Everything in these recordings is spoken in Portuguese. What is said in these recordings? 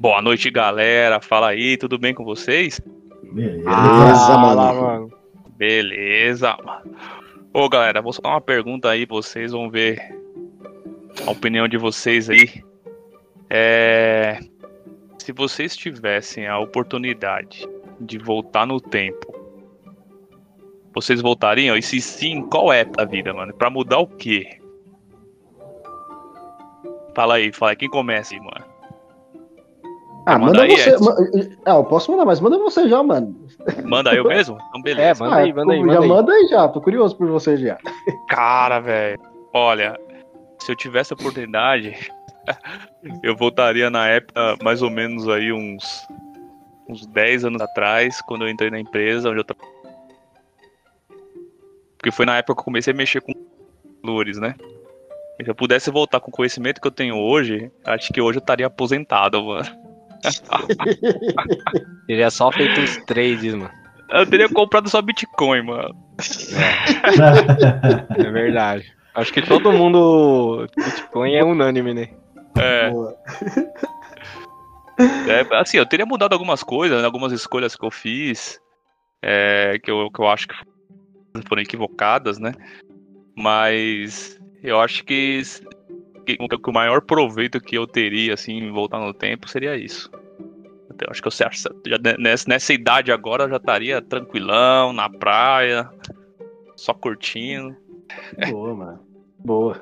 Boa noite, galera. Fala aí, tudo bem com vocês? Beleza, mano. Beleza, mano. Ô, galera, vou só dar uma pergunta aí, vocês vão ver a opinião de vocês aí. Se vocês tivessem a oportunidade de voltar no tempo, vocês voltariam? E se sim, qual época da vida, mano? Pra mudar o quê? Fala aí, quem começa aí, mano? Manda aí, você. Eu posso mandar, mas manda você já, mano. Manda eu mesmo? Então beleza. Manda aí. Manda aí já, tô curioso por você já. Cara, velho, olha, se eu tivesse a oportunidade, eu voltaria na época, mais ou menos aí uns 10 anos atrás, quando eu entrei na empresa, onde eu porque foi na época que eu comecei a mexer com valores, né? Se eu pudesse voltar com o conhecimento que eu tenho hoje, acho que hoje eu estaria aposentado, mano. Teria só feito os trades, mano. Eu teria comprado só Bitcoin, mano. É verdade. Acho que todo mundo Bitcoin é unânime, né? Assim, eu teria mudado algumas coisas, algumas escolhas que eu fiz, que eu acho que foram equivocadas, né? Mas eu acho que o maior proveito que eu teria, assim, voltar no tempo, seria isso. Eu acho que nessa idade agora eu já estaria tranquilão, na praia, só curtindo. Boa, mano. Boa.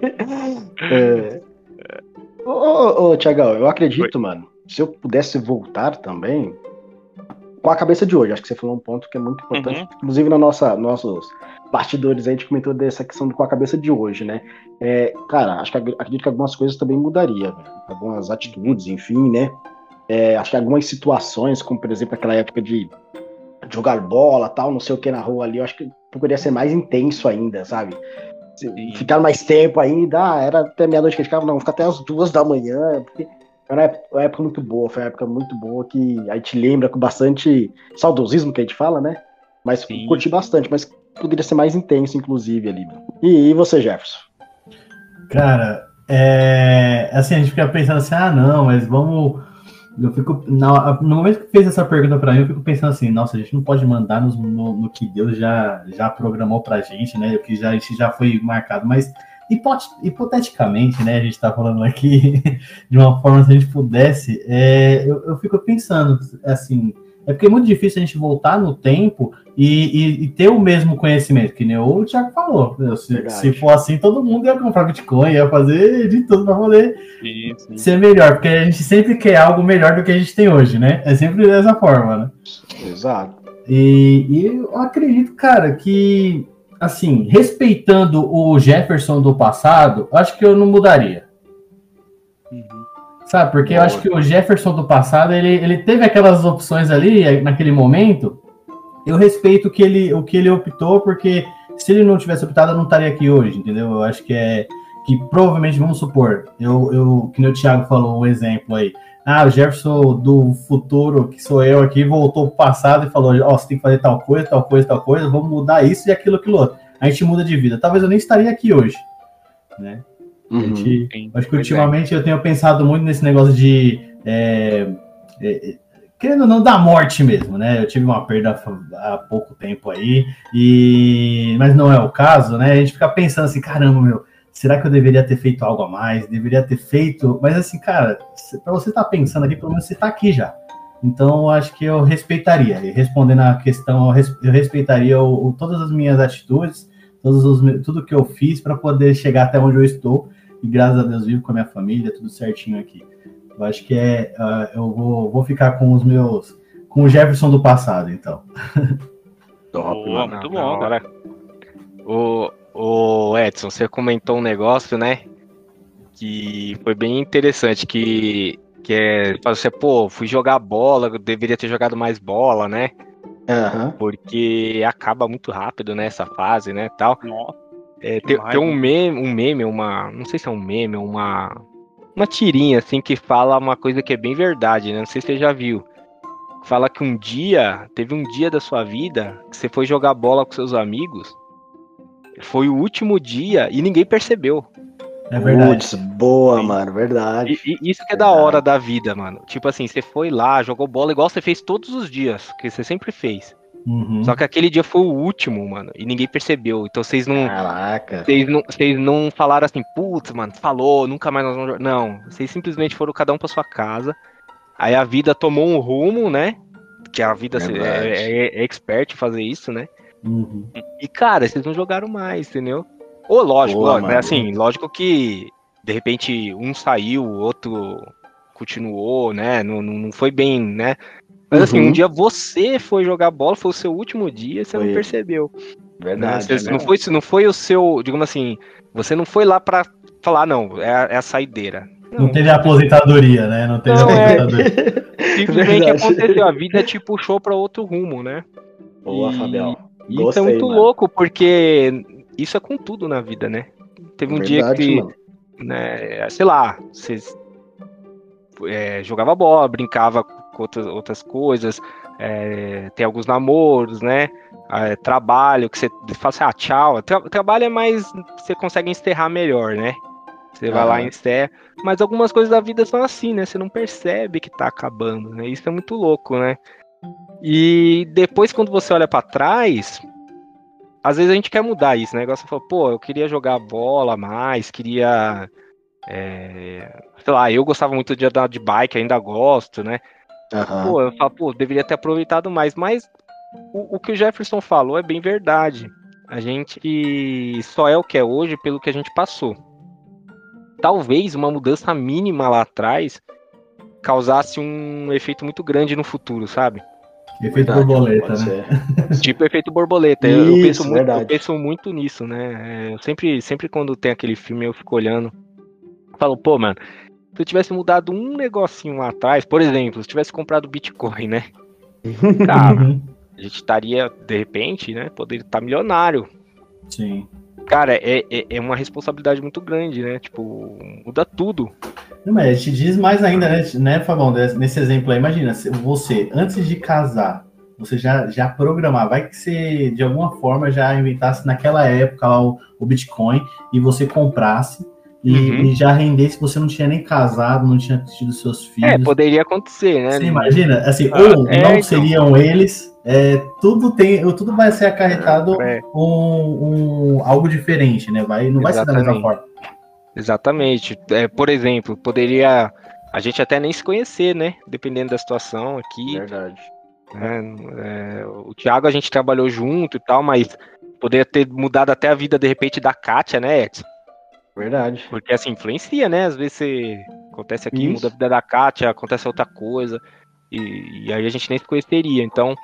Ô, Thiagão, eu acredito, mano, se eu pudesse voltar também, com a cabeça de hoje, acho que você falou um ponto que é muito importante, inclusive nossos bastidores, a gente comentou dessa questão com a cabeça de hoje, né? Cara, acredito que algumas coisas também mudaria, velho. Algumas atitudes, enfim, né? Acho que algumas situações, como por exemplo aquela época de jogar bola, tal, não sei o que na rua ali, eu acho que poderia ser mais intenso ainda, sabe? Ficar mais tempo ainda, era até meia-noite que a gente ficava, não, fica até as 2 da manhã, porque era uma época muito boa, foi uma época muito boa que a gente lembra com bastante saudosismo que a gente fala, né? Mas curti bastante, mas poderia ser mais intenso, inclusive, ali. E você, Jefferson? Cara, assim, a gente fica pensando assim, não, mas vamos... Eu fico, no momento que fez essa pergunta pra mim, eu fico pensando assim, nossa, a gente não pode mandar no que Deus já programou pra gente, né? O que já foi marcado, mas hipoteticamente, né? A gente tá falando aqui de uma forma, se a gente pudesse, eu fico pensando, assim, porque é muito difícil a gente voltar no tempo e ter o mesmo conhecimento, que nem o Thiago falou. Se for assim, todo mundo ia comprar Bitcoin, ia fazer de tudo para poder ser melhor, porque a gente sempre quer algo melhor do que a gente tem hoje, né? É sempre dessa forma, né? Exato. E eu acredito, cara, que, assim, respeitando o Jefferson do passado, acho que eu não mudaria. Sabe, porque eu acho que o Jefferson do passado, ele teve aquelas opções ali, naquele momento. Eu respeito o que ele optou, porque se ele não tivesse optado, eu não estaria aqui hoje, entendeu? Eu acho que provavelmente, vamos supor, que nem o Thiago falou um exemplo aí. O Jefferson do futuro, que sou eu aqui, voltou pro passado e falou, você tem que fazer tal coisa, tal coisa, tal coisa, vamos mudar isso e aquilo outro. A gente muda de vida. Talvez eu nem estaria aqui hoje, né? Acho que ultimamente eu tenho pensado muito nesse negócio de querendo ou não, da morte mesmo, né? Eu tive uma perda há pouco tempo aí, mas não é o caso, né? A gente fica pensando assim, caramba, será que eu deveria ter feito algo a mais? Deveria ter feito... Mas assim, cara, pra você estar pensando aqui, pelo menos você tá aqui já. Então, eu acho que eu respeitaria. E respondendo a questão, eu respeitaria todas as minhas atitudes, tudo que eu fiz para poder chegar até onde eu estou. E graças a Deus vivo com a minha família, tudo certinho aqui. Eu acho que eu vou ficar com o Jefferson do passado, então. Top, muito bom, cara. O Edson, você comentou um negócio, né? Que foi bem interessante, que você, fui jogar bola, eu deveria ter jogado mais bola, né? Porque acaba muito rápido, né, essa fase, né, tal. Nossa. Tem um meme, não sei se é um meme, uma tirinha, assim, que fala uma coisa que é bem verdade, né? Não sei se você já viu. Fala que teve um dia da sua vida que você foi jogar bola com seus amigos, foi o último dia e ninguém percebeu. É verdade. Putz, boa, mano, verdade. E isso que é da hora da vida, mano. Tipo assim, você foi lá, jogou bola igual você fez todos os dias, que você sempre fez. Só que aquele dia foi o último, mano, e ninguém percebeu. Então vocês não. Caraca. Vocês não falaram assim, putz, mano, falou, nunca mais nós vamos jogar. Não, vocês simplesmente foram cada um pra sua casa. Aí a vida tomou um rumo, né? Que a vida é expert em fazer isso, né? E, cara, vocês não jogaram mais, entendeu? Ou lógico, né? Assim, lógico que de repente um saiu, o outro continuou, né? Não foi bem, né? Mas assim, um dia você foi jogar bola, foi o seu último dia e você não percebeu. Verdade. Né? Não foi o seu, digamos assim, você não foi lá pra falar, não, é a saideira. Não teve a aposentadoria, né? Não teve aposentadoria. Simplesmente aconteceu, a vida te puxou pra outro rumo, né? Boa, Fabião. Isso é muito louco, porque isso é com tudo na vida, né? Teve um dia que, né, sei lá, você jogava bola, brincava com outras coisas, tem alguns namoros, né? Trabalho, que você fala assim, tchau. Trabalho é mais, você consegue encerrar melhor, né? Você vai lá e encerra. Mas algumas coisas da vida são assim, né? Você não percebe que tá acabando, né? Isso é muito louco, né? E depois, quando você olha pra trás, às vezes a gente quer mudar isso, né? Você fala, pô, eu queria jogar bola mais, queria... sei lá, eu gostava muito de andar de bike, ainda gosto, né? Pô, eu falo, pô, deveria ter aproveitado mais. Mas o que o Jefferson falou é bem verdade. A gente só é o que é hoje pelo que a gente passou. Talvez uma mudança mínima lá atrás causasse um efeito muito grande no futuro, sabe? Efeito borboleta, né? Tipo efeito borboleta. Eu penso muito nisso, né? Eu sempre quando tem aquele filme eu fico olhando, falo, pô, mano, se eu tivesse mudado um negocinho lá atrás, por exemplo, se eu tivesse comprado Bitcoin, né? Cara, a gente estaria, de repente, né? Poderia estar milionário. Sim. Cara, é uma responsabilidade muito grande, né? Tipo, muda tudo. Não, mas te diz mais ainda, né, Fabão? Nesse exemplo aí, imagina, você, antes de casar, você já programar, vai que você, de alguma forma, já inventasse naquela época lá o Bitcoin e você comprasse e já rendesse, você não tinha nem casado, não tinha tido seus filhos. Poderia acontecer, né? Você imagina? Assim, ou não seriam eles, tudo vai ser acarretado algo diferente, né? Não vai ser da mesma forma. Exatamente. Por exemplo, poderia a gente até nem se conhecer, né? Dependendo da situação aqui. Verdade. O Thiago a gente trabalhou junto e tal, mas poderia ter mudado até a vida, de repente, da Kátia, né, Edson? Verdade. Porque assim, influencia, né? Às vezes acontece aqui, muda a vida da Kátia, acontece outra coisa, e aí a gente nem se conheceria. Então,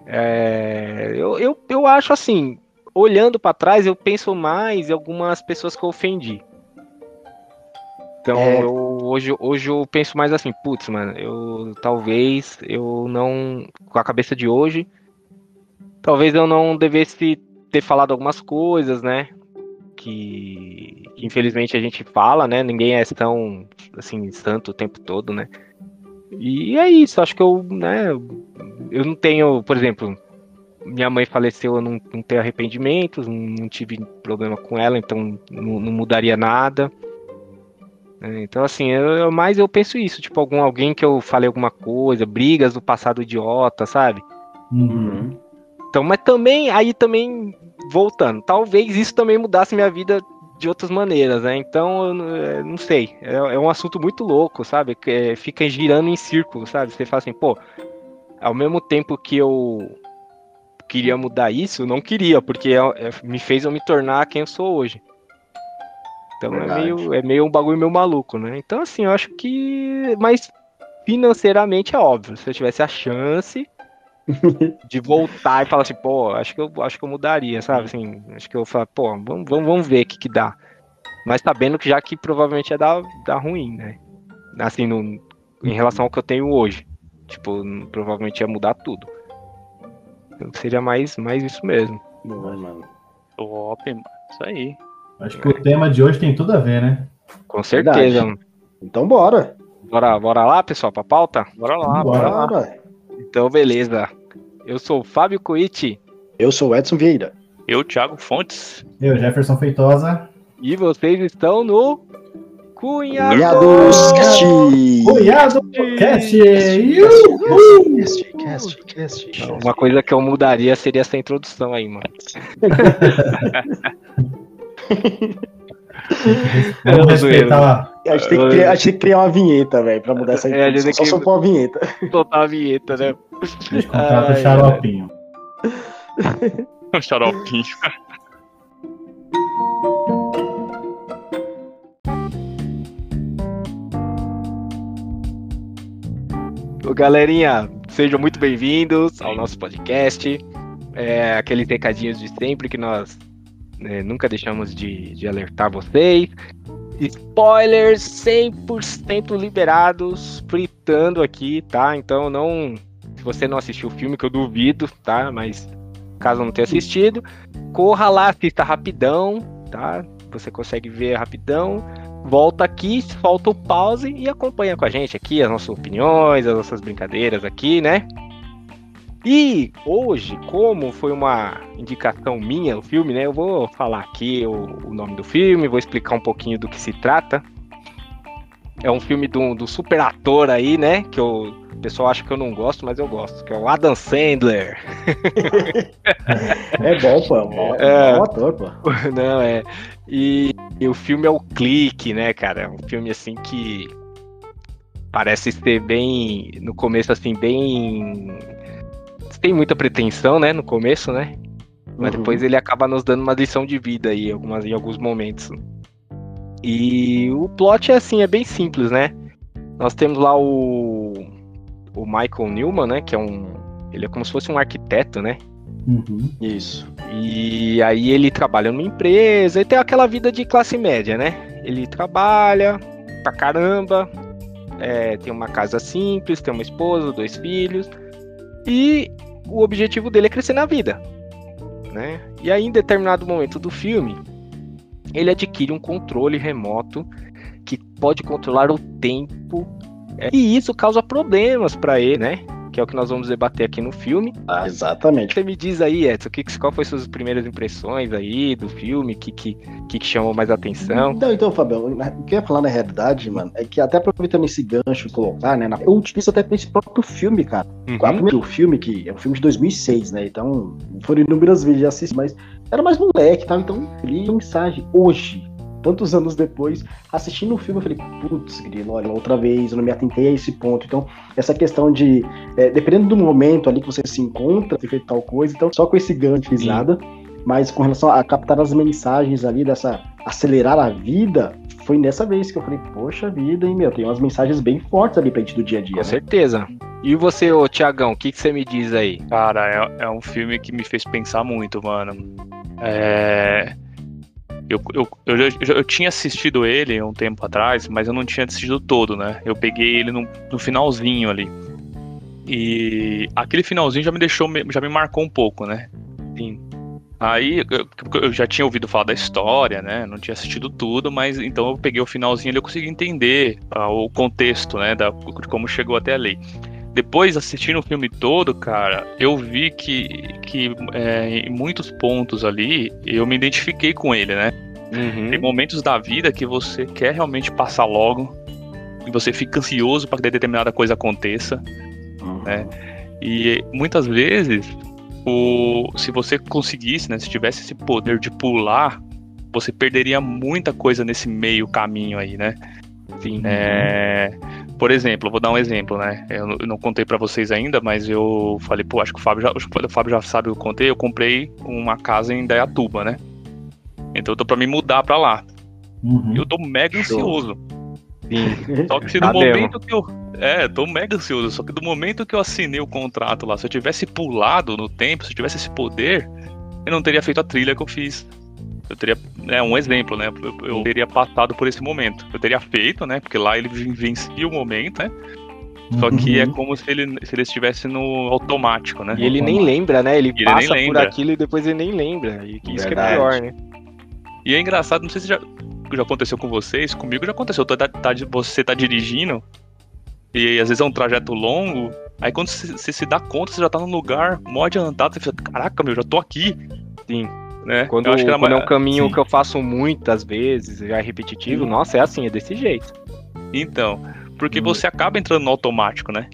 eu acho assim, olhando para trás, eu penso mais em algumas pessoas que eu ofendi. Então, hoje eu penso mais assim, putz, mano, talvez eu não, com a cabeça de hoje, talvez eu não devesse ter falado algumas coisas, né? Que infelizmente a gente fala, né? Ninguém é tão, assim, santo o tempo todo, né? E é isso, acho que eu não tenho, por exemplo, minha mãe faleceu, eu não tenho arrependimentos, não tive problema com ela, então não mudaria nada. Então, assim, eu penso isso, tipo, alguém que eu falei alguma coisa, brigas do passado idiota, sabe? Então, mas também, voltando, talvez isso também mudasse minha vida de outras maneiras, né? Então, eu não sei, é um assunto muito louco, sabe? Que fica girando em círculo, sabe? Você fala assim, pô, ao mesmo tempo que eu queria mudar isso, eu não queria, porque me fez eu me tornar quem eu sou hoje. Então é meio um bagulho meio maluco, né? Então, assim, eu acho que... Mas financeiramente é óbvio. Se eu tivesse a chance de voltar e falar assim, pô, acho que eu mudaria, sabe? Assim, acho que eu falo, pô, vamos ver o que dá. Mas sabendo que já que provavelmente ia dar ruim, né? Assim, em relação ao que eu tenho hoje. Tipo, provavelmente ia mudar tudo. Então seria mais isso mesmo. Mano. Top, mano. Isso aí. Acho que o tema de hoje tem tudo a ver, né? Com certeza. Verdade. Então bora. Bora lá, pessoal, pra pauta? Bora lá. Então, beleza. Eu sou o Fábio Coiti. Eu sou o Edson Vieira. Eu, Thiago Fontes. Eu, Jefferson Feitosa. E vocês estão no Cunhados Cast! Cunhados Cast! Uma coisa que eu mudaria seria essa introdução aí, mano. Vamos respeitar. A gente tem que criar uma vinheta, velho, pra mudar essa introdução. Só pôr a vinheta. Soltar a vinheta, né? A gente contrata o Xaropinho. O Xaropinho. Galerinha, sejam muito bem-vindos ao nosso podcast. Aqueles recadinhos de sempre que nós nunca deixamos de alertar vocês. Spoilers 100% liberados, fritando aqui, tá? Então se você não assistiu o filme, que eu duvido, tá? Mas caso não tenha assistido, corra lá, assista rapidão, tá? Você consegue ver rapidão. Volta aqui, solta o pause e acompanha com a gente aqui as nossas opiniões, as nossas brincadeiras aqui, né? E hoje, como foi uma indicação minha, o filme, né? Eu vou falar aqui o nome do filme, vou explicar um pouquinho do que se trata. É um filme do super ator aí, né? Que o pessoal acha que eu não gosto, mas eu gosto, que é o Adam Sandler. É bom, pô. É um ator, pô. Não, E o filme é o Clique, né, cara? É um filme, assim, que parece ser bem... No começo, assim, bem... Tem muita pretensão, né, no começo, né? Mas depois ele acaba nos dando uma lição de vida aí, em alguns momentos. E o plot é bem simples, né? Nós temos lá o Michael Newman, né? Que ele é como se fosse um arquiteto, né? Isso. E aí ele trabalha numa empresa e tem aquela vida de classe média, né? Ele trabalha pra caramba, tem uma casa simples, tem uma esposa, 2 filhos, e o objetivo dele é crescer na vida, né? E aí, em determinado momento do filme, ele adquire um controle remoto que pode controlar o tempo, e isso causa problemas pra ele, né? Que é o que nós vamos debater aqui no filme. Exatamente. Você me diz aí, Edson, qual foi suas primeiras impressões aí do filme? O que chamou mais atenção? Então, Fabião, o que eu ia falar na realidade, mano, é que até aproveitando esse gancho colocar, né, eu utilizo até esse próprio filme, cara. O primeiro filme, que é um filme de 2006, né, então foram inúmeras vezes de assistir, mas era mais moleque, tá? Então eu li mensagem hoje, tantos anos depois, assistindo o filme, eu falei, putz, grilo, olha, outra vez, eu não me atentei a esse ponto. Então, essa questão de, dependendo do momento ali que você se encontra, ter feito tal coisa, então, só com esse gancho fiz nada, mas com relação a captar as mensagens ali, dessa acelerar a vida, foi nessa vez que eu falei, poxa vida, hein, tem umas mensagens bem fortes ali pra gente do dia a dia, Com certeza. E você, Thiagão, o que você me diz aí? Cara, é um filme que me fez pensar muito, mano. Eu tinha assistido ele um tempo atrás, mas eu não tinha assistido todo, né? Eu peguei ele no finalzinho ali. E aquele finalzinho já me marcou um pouco, né? Sim. Aí eu já tinha ouvido falar da história, né? Não tinha assistido tudo, mas então eu peguei o finalzinho ali e eu consegui entender o contexto, né? De como chegou até ali. Depois, assistindo o filme todo, cara, eu vi que em muitos pontos ali, eu me identifiquei com ele, né? Tem momentos da vida que você quer realmente passar logo, e você fica ansioso para que determinada coisa aconteça, né? E muitas vezes, se você conseguisse, né, se tivesse esse poder de pular, você perderia muita coisa nesse meio caminho aí, né? Sim. Por exemplo, eu vou dar um exemplo, né? Eu não contei pra vocês ainda, mas eu falei, acho que o Fábio já sabe o que eu contei. Eu comprei uma casa em Indaiatuba, né? Então eu tô pra me mudar pra lá. Eu tô mega ansioso. Sim. Só que se no momento que eu... tô mega ansioso. Só que do momento que eu assinei o contrato lá, se eu tivesse pulado no tempo, se eu tivesse esse poder, eu não teria feito a trilha que eu fiz. Eu teria, um exemplo, né? Eu teria passado por esse momento. Eu teria feito, né? Porque lá ele vencia o momento, né? Só que é como se ele estivesse no automático, né? E ele nem lembra, né? Ele passa por aquilo e depois ele nem lembra. E isso que é pior, né? E é engraçado, não sei se já aconteceu com vocês, comigo já aconteceu. Você tá dirigindo e às vezes é um trajeto longo, aí quando você se dá conta, você já tá num lugar mó adiantado, você fica, caraca, já tô aqui. Sim. Né? Quando é um caminho que eu faço muitas vezes, já é repetitivo, nossa, é assim, é desse jeito. Então, porque você acaba entrando no automático, né?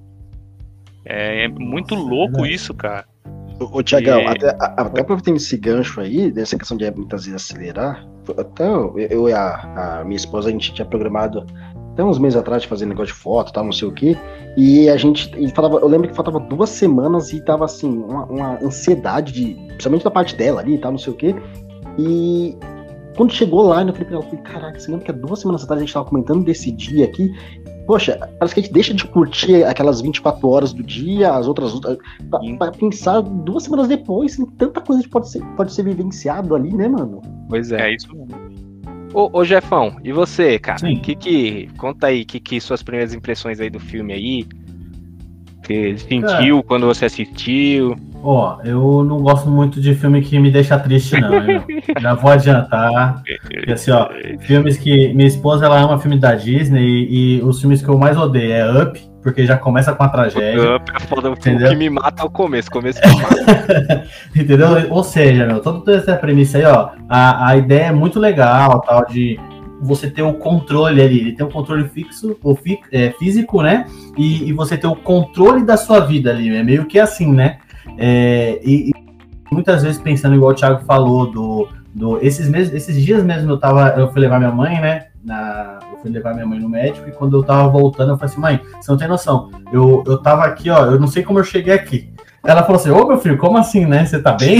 É muito louco isso, cara. Ô, Thiagão, até aproveitando esse gancho aí, dessa questão de muitas vezes acelerar, até eu e a minha esposa, a gente tinha programado até uns meses atrás de fazer negócio de foto, tal, não sei o quê, e eu lembro que faltava 2 semanas e tava assim, uma ansiedade, principalmente da parte dela ali e tal, não sei o quê, e quando chegou lá, eu falei pra ela, caraca, você lembra que há 2 semanas atrás a gente tava comentando desse dia aqui? Poxa, parece que a gente deixa de curtir aquelas 24 horas do dia, as outras pra pensar 2 semanas depois, em tanta coisa que pode ser vivenciado ali, né, mano? Pois é. É isso mesmo. Ô Jefão, e você, cara? Conta aí, suas primeiras impressões aí do filme aí? Você sentiu quando você assistiu? Ó, eu não gosto muito de filme que me deixa triste, não. Já vou adiantar. Porque assim, ó, filmes que... Minha esposa, ela ama filme da Disney e os filmes que eu mais odeio é Up, porque já começa com a tragédia. Up é foda, o que me mata é o começo que me mata. Entendeu? Ou seja, toda essa premissa aí, ó, a ideia é muito legal, tal, de você ter o controle ali, ele tem um controle físico, né? E você ter o controle da sua vida ali, é meio que assim, né? E muitas vezes pensando igual o Thiago falou, esses dias mesmo eu fui levar minha mãe, né? Eu fui levar minha mãe no médico e quando eu tava voltando, eu falei assim, mãe, você não tem noção, eu tava aqui, ó, eu não sei como eu cheguei aqui. Ela falou assim, ô meu filho, como assim, né? Você tá bem?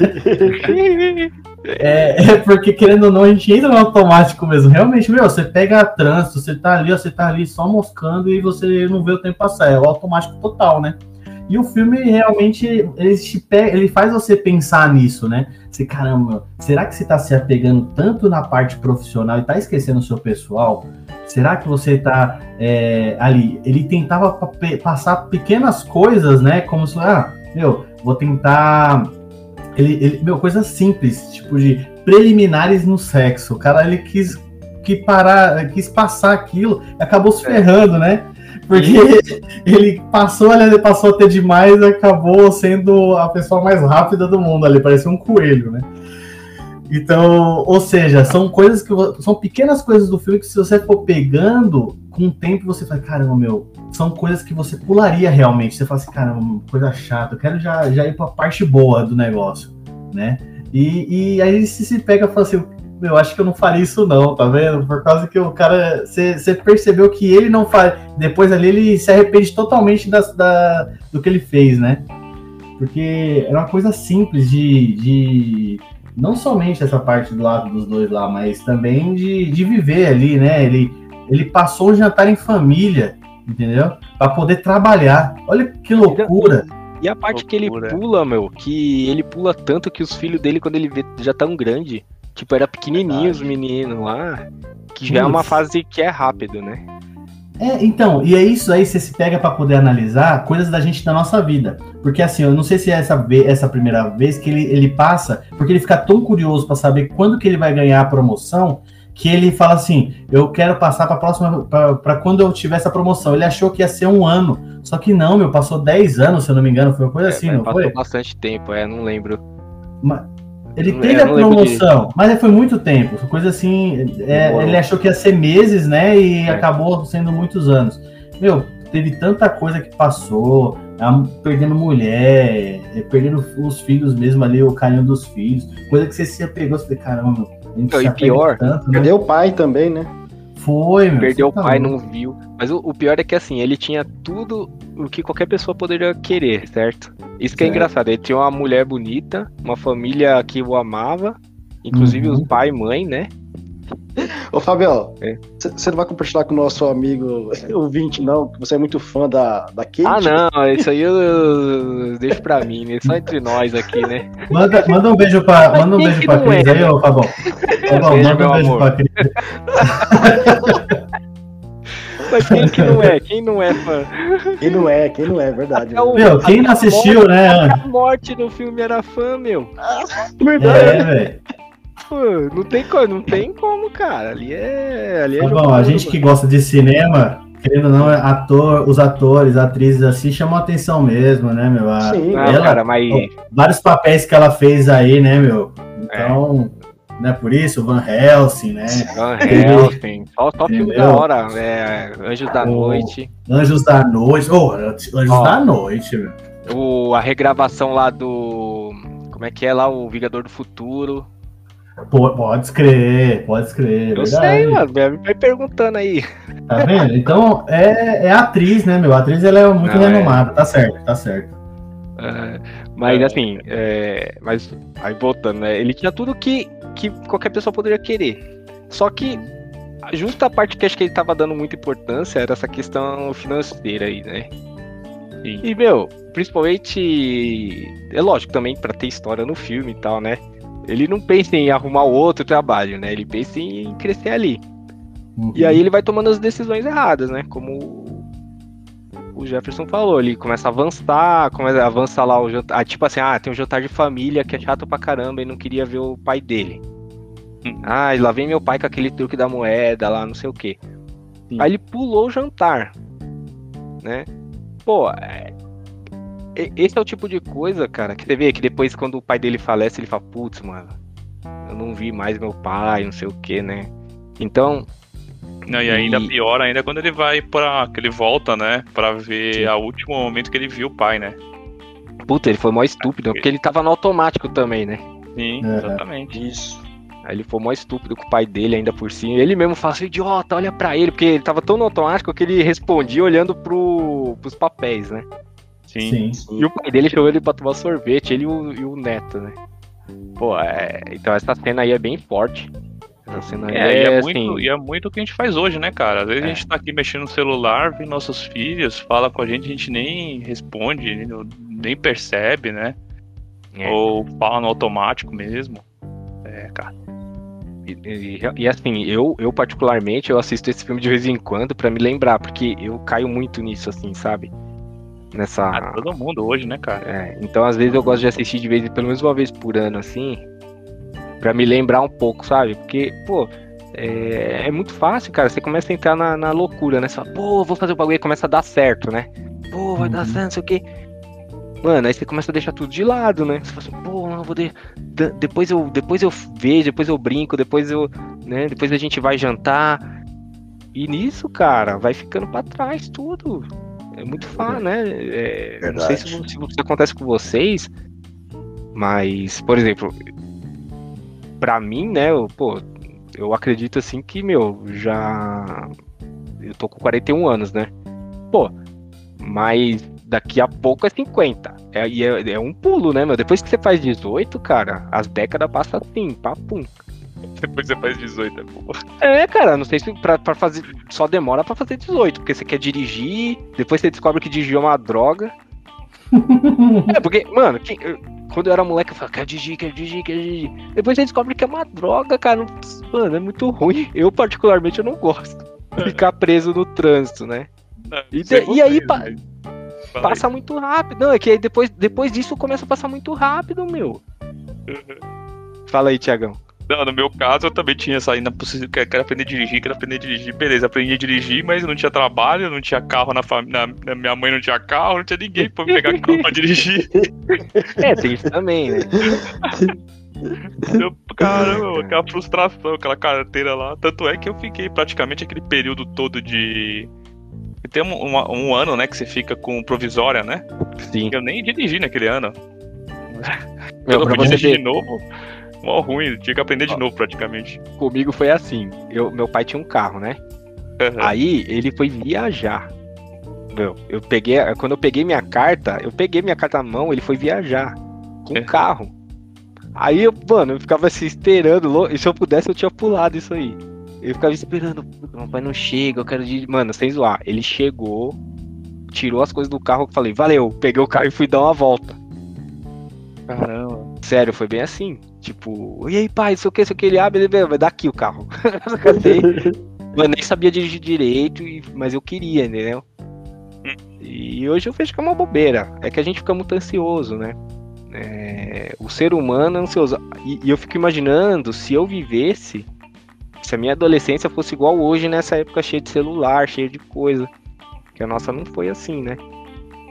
Porque querendo ou não, a gente entra no automático mesmo. Realmente, você pega trânsito, você tá ali só moscando e você não vê o tempo passar. É o automático total, né? E o filme realmente, ele faz você pensar nisso, né? Você, caramba, será que você tá se apegando tanto na parte profissional e tá esquecendo o seu pessoal? Será que você tá ali? Ele tentava passar pequenas coisas, né? Como se, vou tentar... coisas simples, tipo de preliminares no sexo. O cara, ele quis passar aquilo e acabou se ferrando, né? Porque ele passou a ter demais e acabou sendo a pessoa mais rápida do mundo ali, parecia um coelho, né? Então, ou seja, são pequenas coisas do filme que se você for pegando, com o tempo você fala, caramba, são coisas que você pularia realmente. Você fala assim, caramba, coisa chata, eu quero já ir pra parte boa do negócio, né? E aí se pega e fala assim, acho que eu não faria isso não, tá vendo? Por causa que o cara, você percebeu que ele não faz, depois ali ele se arrepende totalmente do que ele fez, né? Porque era uma coisa simples de não somente essa parte do lado dos dois lá, mas também de viver ali, né? Ele passou o jantar em família, entendeu? Pra poder trabalhar. Olha que loucura. E a parte que ele pula, que ele pula tanto que os filhos dele, quando ele vê, já tão grande. Tipo, era pequenininho os meninos lá, que já é uma fase que é rápido, né? Então, e é isso aí, você se pega pra poder analisar coisas da gente da nossa vida. Porque assim, eu não sei se é essa primeira vez que ele passa, porque ele fica tão curioso pra saber quando que ele vai ganhar a promoção, que ele fala assim, eu quero passar pra próxima, pra quando eu tiver essa promoção. Ele achou que ia ser 1 ano, só que não, passou 10 anos, se eu não me engano, foi uma coisa assim, não foi? Passou bastante tempo, não lembro. Ele teve a promoção, mas foi muito tempo, foi coisa assim, ele achou que ia ser meses, né, e acabou sendo muitos anos. Teve tanta coisa que passou, perdendo mulher, perdendo os filhos mesmo ali, o carinho dos filhos, coisa que você se apegou, você falou, caramba, a gente se pior, tanto, né? Perdeu o pai também, né? Foi, perdeu o pai, não viu. Mas o pior é que assim, ele tinha tudo o que qualquer pessoa poderia querer, certo? Isso que é engraçado, ele tinha uma mulher bonita, uma família que o amava, inclusive os pai e mãe, né? Ô Fabião, você não vai compartilhar com o nosso amigo ouvinte, não? Que você é muito fã da Kate? Não, isso aí eu deixo pra mim, né? Só entre nós aqui, né? Manda um beijo pra Cris aí, ô Fabão. Manda um beijo pra Cris. Mas quem não é fã? Quem não é, verdade. Quem não assistiu, né? A morte no filme era fã, Verdade. Velho. Pô, não tem como, cara. Ali é bom, a gente que gosta de cinema, querendo ou não, os atores, atrizes assim, chamam a atenção mesmo, né, Sim, ela, cara, mas... Vários papéis que ela fez aí, né, Então, não é por isso, o Van Helsing, né? Van Helsing, só filme da hora, Anjos da Noite. Anjos da Noite, Anjos da Noite, velho. A regravação lá do... Como é que é lá, o Vingador do Futuro. Pode escrever, Eu sei, mano, vai perguntando aí. Tá vendo? Então, é atriz, né, meu? A atriz, ela é muito renomada, tá certo. Mas assim, mas aí voltando, né? Ele tinha tudo que qualquer pessoa poderia querer. Só que justa a parte que acho que ele tava dando muita importância era essa questão financeira aí, né? Sim. E, meu, principalmente, é lógico também pra ter história no filme e tal, né? Ele não pensa em arrumar outro trabalho, né? Ele pensa em crescer ali. Uhum. E aí ele vai tomando as decisões erradas, né? Como o Jefferson falou, ele começa a avançar lá o jantar. Tipo assim, tem um jantar de família que é chato pra caramba e não queria ver o pai dele. E lá vem meu pai com aquele truque da moeda lá, não sei o quê. Sim. Aí ele pulou o jantar, né? Pô, esse é o tipo de coisa, cara, que você vê que depois quando o pai dele falece, ele fala, putz, mano, eu não vi mais meu pai, não sei o quê, né? Então... Não, e ainda pior ainda quando ele vai que ele volta, né, pra ver o último momento que ele viu o pai, né? Puta, ele foi mó estúpido, porque ele tava no automático também, né? Sim, exatamente. Isso. Aí ele foi mó estúpido com o pai dele ainda por cima. Ele mesmo fala assim, idiota, olha pra ele, porque ele tava tão no automático que ele respondia olhando pros papéis, né? Sim. E o pai dele chamou ele pra tomar sorvete, ele e o neto, né? Pô, então essa cena aí é bem forte. Essa cena é muito o que a gente faz hoje, né, cara? Às vezes a gente tá aqui mexendo no celular, vê nossos filhos, fala com a gente nem responde, nem percebe, né? Ou fala no automático mesmo. Cara. E assim, eu particularmente, eu assisto esse filme de vez em quando pra me lembrar, porque eu caio muito nisso, assim, sabe? Todo mundo hoje, né, cara? Então às vezes eu gosto de assistir de vez, pelo menos uma vez por ano, assim, pra me lembrar um pouco, sabe? Porque, pô, é muito fácil, cara, você começa a entrar na loucura, né? Você fala, pô, vou fazer o bagulho e começa a dar certo, né? Pô, vai dar certo, não sei o quê. Mano, aí você começa a deixar tudo de lado, né? Você fala assim, pô, não, depois eu vejo, depois eu brinco, depois a gente vai jantar. E nisso, cara, vai ficando pra trás tudo. É muito fácil, né? Não sei se isso acontece com vocês, mas, por exemplo, pra mim, né, eu acredito assim que, eu tô com 41 anos, né? Pô, mas daqui a pouco é 50. É um pulo, né, meu? Depois que você faz 18, cara, as décadas passam assim, papum. Depois você faz 18, pô. Cara, não sei se pra fazer. Só demora pra fazer 18, porque você quer dirigir, depois você descobre que dirigir é uma droga. Porque, mano, quando eu era moleque, eu falava, quero dirigir. Depois você descobre que é uma droga, cara. Mano, é muito ruim. Eu, particularmente, eu não gosto de ficar preso no trânsito, né? E aí passa muito rápido. Não, é que aí depois disso começa a passar muito rápido, meu. Fala aí, Thiagão. Não, no meu caso eu também tinha essa ainda possível, quero aprender a dirigir, beleza, aprendi a dirigir, mas não tinha trabalho, não tinha carro na minha mãe não tinha carro, não tinha ninguém pra me pegar carro pra dirigir. Tem isso também, né? Caramba, aquela frustração, aquela carteira lá, tanto é que eu fiquei praticamente aquele período todo de... Tem um ano, né, que você fica com provisória, né? Sim. Eu nem dirigi naquele ano. Eu não podia dirigir de novo... Mó ruim, tinha que aprender de novo praticamente. Comigo foi assim, meu pai tinha um carro, né? Uhum. Aí ele foi viajar. Quando eu peguei minha carta na mão, ele foi viajar com o carro. Aí eu ficava assim esperando, e se eu pudesse eu tinha pulado isso aí. Eu ficava esperando, meu pai não chega, eu quero dirigir. Mano, sem zoar, ele chegou, tirou as coisas do carro, eu falei, valeu, peguei o carro e fui dar uma volta. Caramba. Sério, foi bem assim. Tipo, e aí, pai, isso o que, ele abre, ele vai dar aqui o carro. Eu nem sabia dirigir direito, mas eu queria, entendeu? E hoje eu vejo que é uma bobeira. É que a gente fica muito ansioso, né? O ser humano é ansioso. E eu fico imaginando se eu vivesse, se a minha adolescência fosse igual hoje, nessa época cheia de celular, cheia de coisa. Que a nossa não foi assim, né?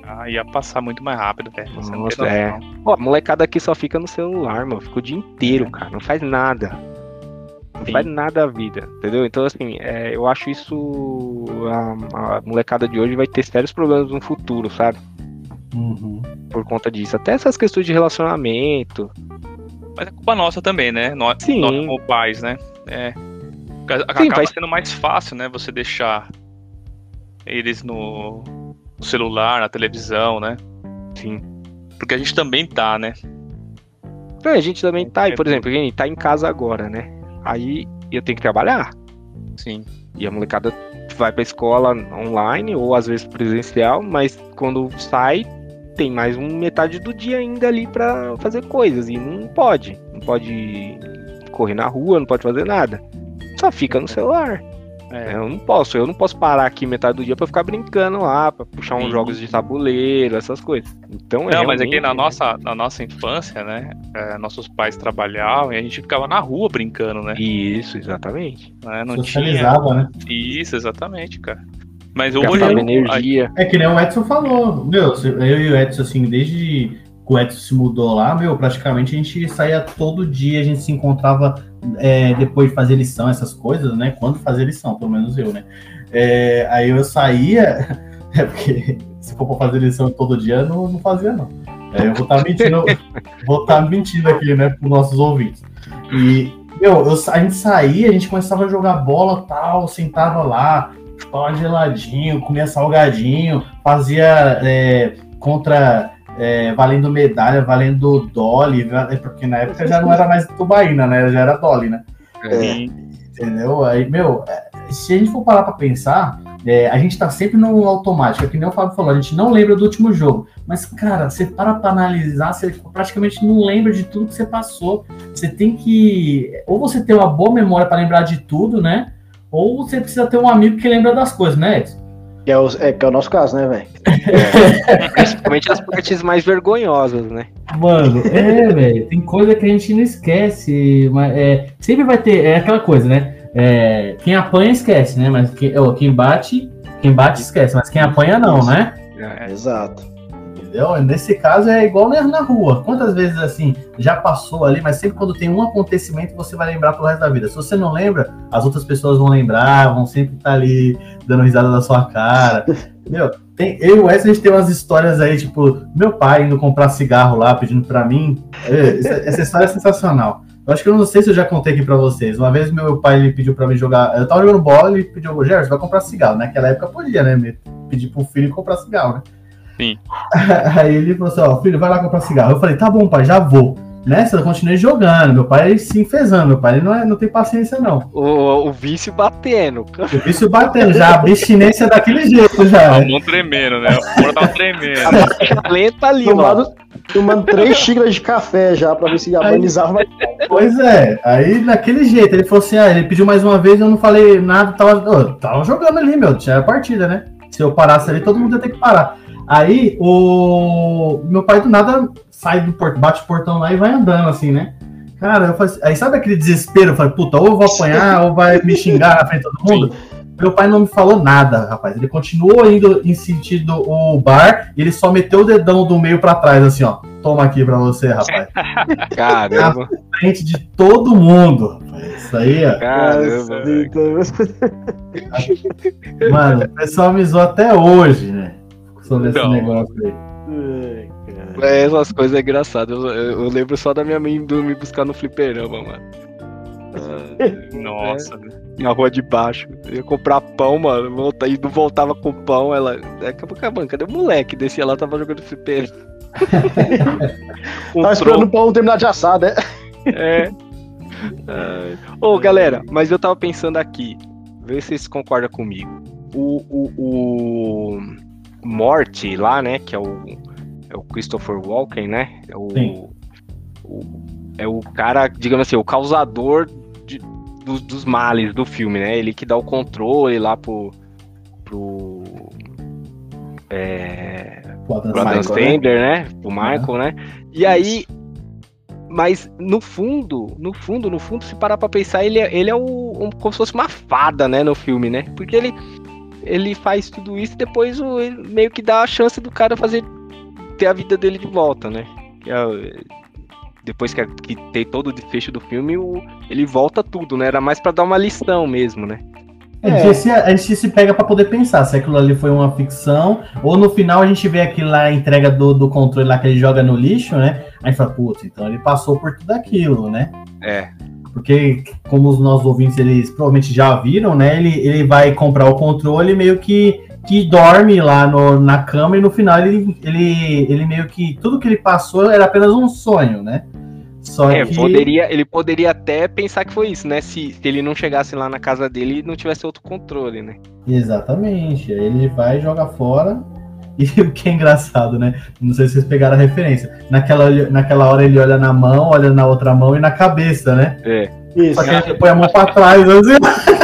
Ia passar muito mais rápido, velho. Nossa, Pô, a molecada aqui só fica no celular, mano. Fica o dia inteiro, cara. Não faz nada. Não faz nada a vida, entendeu? Então, assim, eu acho isso... A molecada de hoje vai ter sérios problemas no futuro, sabe? Uhum. Por conta disso. Até essas questões de relacionamento. Mas é culpa nossa também, né? Nós como pais, né? Acaba sendo mais fácil, né? Você deixar eles no celular, na televisão, né? Sim. Porque a gente também tá, né? A gente também tá. E, por exemplo, a gente tá em casa agora, né? Aí eu tenho que trabalhar. Sim. E a molecada vai pra escola online ou às vezes presencial, mas quando sai, tem mais metade do dia ainda ali pra fazer coisas. E não pode correr na rua, não pode fazer nada. Só fica no celular. Eu não posso parar aqui metade do dia pra ficar brincando lá, pra puxar uns jogos de tabuleiro, essas coisas. Então mas aqui na nossa infância, né, nossos pais trabalhavam e a gente ficava na rua brincando, né? Isso, exatamente. Não socializava, né? Isso, exatamente, cara. Mas hoje energia. É que nem o Edson falou, meu, eu e o Edson, assim, desde que o Edson se mudou lá, meu, praticamente a gente saía todo dia, a gente se encontrava depois de fazer lição, essas coisas, né? Quando fazer lição, pelo menos eu, né? Aí eu saía, porque se for pra fazer lição todo dia, não fazia, não. Eu vou estar mentindo aqui, né, pros nossos ouvintes. E, meu, a gente saía, a gente começava a jogar bola tal, sentava lá, chupava geladinho, comia salgadinho, fazia valendo medalha, valendo dolly, porque na época já não era mais tubaína, né? Já era dolly, né? Entendeu? Aí, meu, se a gente for parar pra pensar, a gente tá sempre no automático, que nem o Fábio falou, a gente não lembra do último jogo. Mas, cara, você para pra analisar, você praticamente não lembra de tudo que você passou. Você tem que... Ou você tem uma boa memória pra lembrar de tudo, né? Ou você precisa ter um amigo que lembra das coisas, né, Edson? Que é o nosso caso, né, velho? Principalmente as partes mais vergonhosas, né? Mano, velho, tem coisa que a gente não esquece, mas sempre vai ter, aquela coisa, né? Quem apanha esquece, né? Mas quem bate esquece, mas quem apanha não, né? Exato. Entendeu? Nesse caso é igual na rua. Quantas vezes, assim, já passou ali, mas sempre quando tem um acontecimento você vai lembrar pro resto da vida. Se você não lembra, as outras pessoas vão lembrar, vão sempre estar ali dando risada da sua cara. Meu, eu e o Wesley, a gente tem umas histórias aí, tipo, meu pai indo comprar cigarro lá, pedindo pra mim. Essa história é sensacional. Eu acho que eu não sei se eu já contei aqui pra vocês. Uma vez meu pai ele pediu pra mim jogar. Eu tava jogando bola e ele pediu, Gerson, vai comprar cigarro. Naquela época podia, né? Pedir pro filho comprar cigarro, né? Sim. Aí ele falou assim, ó, filho, vai lá comprar cigarro. Eu falei, tá bom, pai, já vou. Nessa, eu continuei jogando. Meu pai se enfesando. Meu pai ele não tem paciência, não. O vício batendo. O vício batendo, já a abstinência daquele jeito, já. A mão tremendo, né? O corpo tava tremendo. A lenta ali, tomando 3 xícaras de café já, pra ver se amenizava mais. Pois é, aí daquele jeito. Ele falou assim, ele pediu mais uma vez, eu não falei nada, tava jogando ali, meu, tinha a partida, né? Se eu parasse ali, todo mundo ia ter que parar. Aí, o meu pai do nada sai do portão, bate o portão lá e vai andando, assim, né? Cara, eu falei assim, aí sabe aquele desespero? Eu falei, puta, ou eu vou apanhar, ou vai me xingar na frente de todo mundo? Sim. Meu pai não me falou nada, rapaz. Ele continuou indo em sentido o bar e ele só meteu o dedão do meio pra trás, assim, ó. Toma aqui pra você, rapaz. Caramba. Na frente de todo mundo. Isso aí, ó. Caramba. Mano, o pessoal me zoou até hoje, né? Sobre esse negócio aí. Essas coisas é engraçadas. Eu lembro só da minha mãe indo me buscar no fliperama, mano. Nossa. Na rua de baixo. Eu ia comprar pão, mano. E não voltava com pão. Ela. Acabou, cadê o moleque? Descia lá, tava jogando fliperama. Tava esperando o pão terminar de assar, né? Ô, galera, mas eu tava pensando aqui. Vê se vocês concordam comigo. O Morty lá, né? Que é o Christopher Walken, né? É o cara, digamos assim, o causador dos males do filme, né? Ele que dá o controle lá pro Adam Sandler, né? O Michael, né? E aí, mas no fundo, se parar pra pensar, ele é como se fosse uma fada, né? No filme, né? Porque ele faz tudo isso e depois ele meio que dá a chance do cara ter a vida dele de volta, né? Depois que tem todo o desfecho do filme, ele volta tudo, né? Era mais pra dar uma lição mesmo, né? A gente se pega pra poder pensar se aquilo ali foi uma ficção, ou no final a gente vê aquilo lá, a entrega do controle lá que ele joga no lixo, né? Aí fala, putz, então ele passou por tudo aquilo, né? Porque, como os nossos ouvintes, eles provavelmente já viram, né? Ele vai comprar o controle meio que dorme lá na cama, e no final ele meio que tudo que ele passou era apenas um sonho, né? Só que... ele poderia até pensar que foi isso, né? Se ele não chegasse lá na casa dele e não tivesse outro controle, né? Exatamente. Aí ele vai e joga fora. E o que é engraçado, né? Não sei se vocês pegaram a referência. Naquela hora ele olha na mão, olha na outra mão e na cabeça, né? Isso. Só que ele põe a mão pra trás, assim.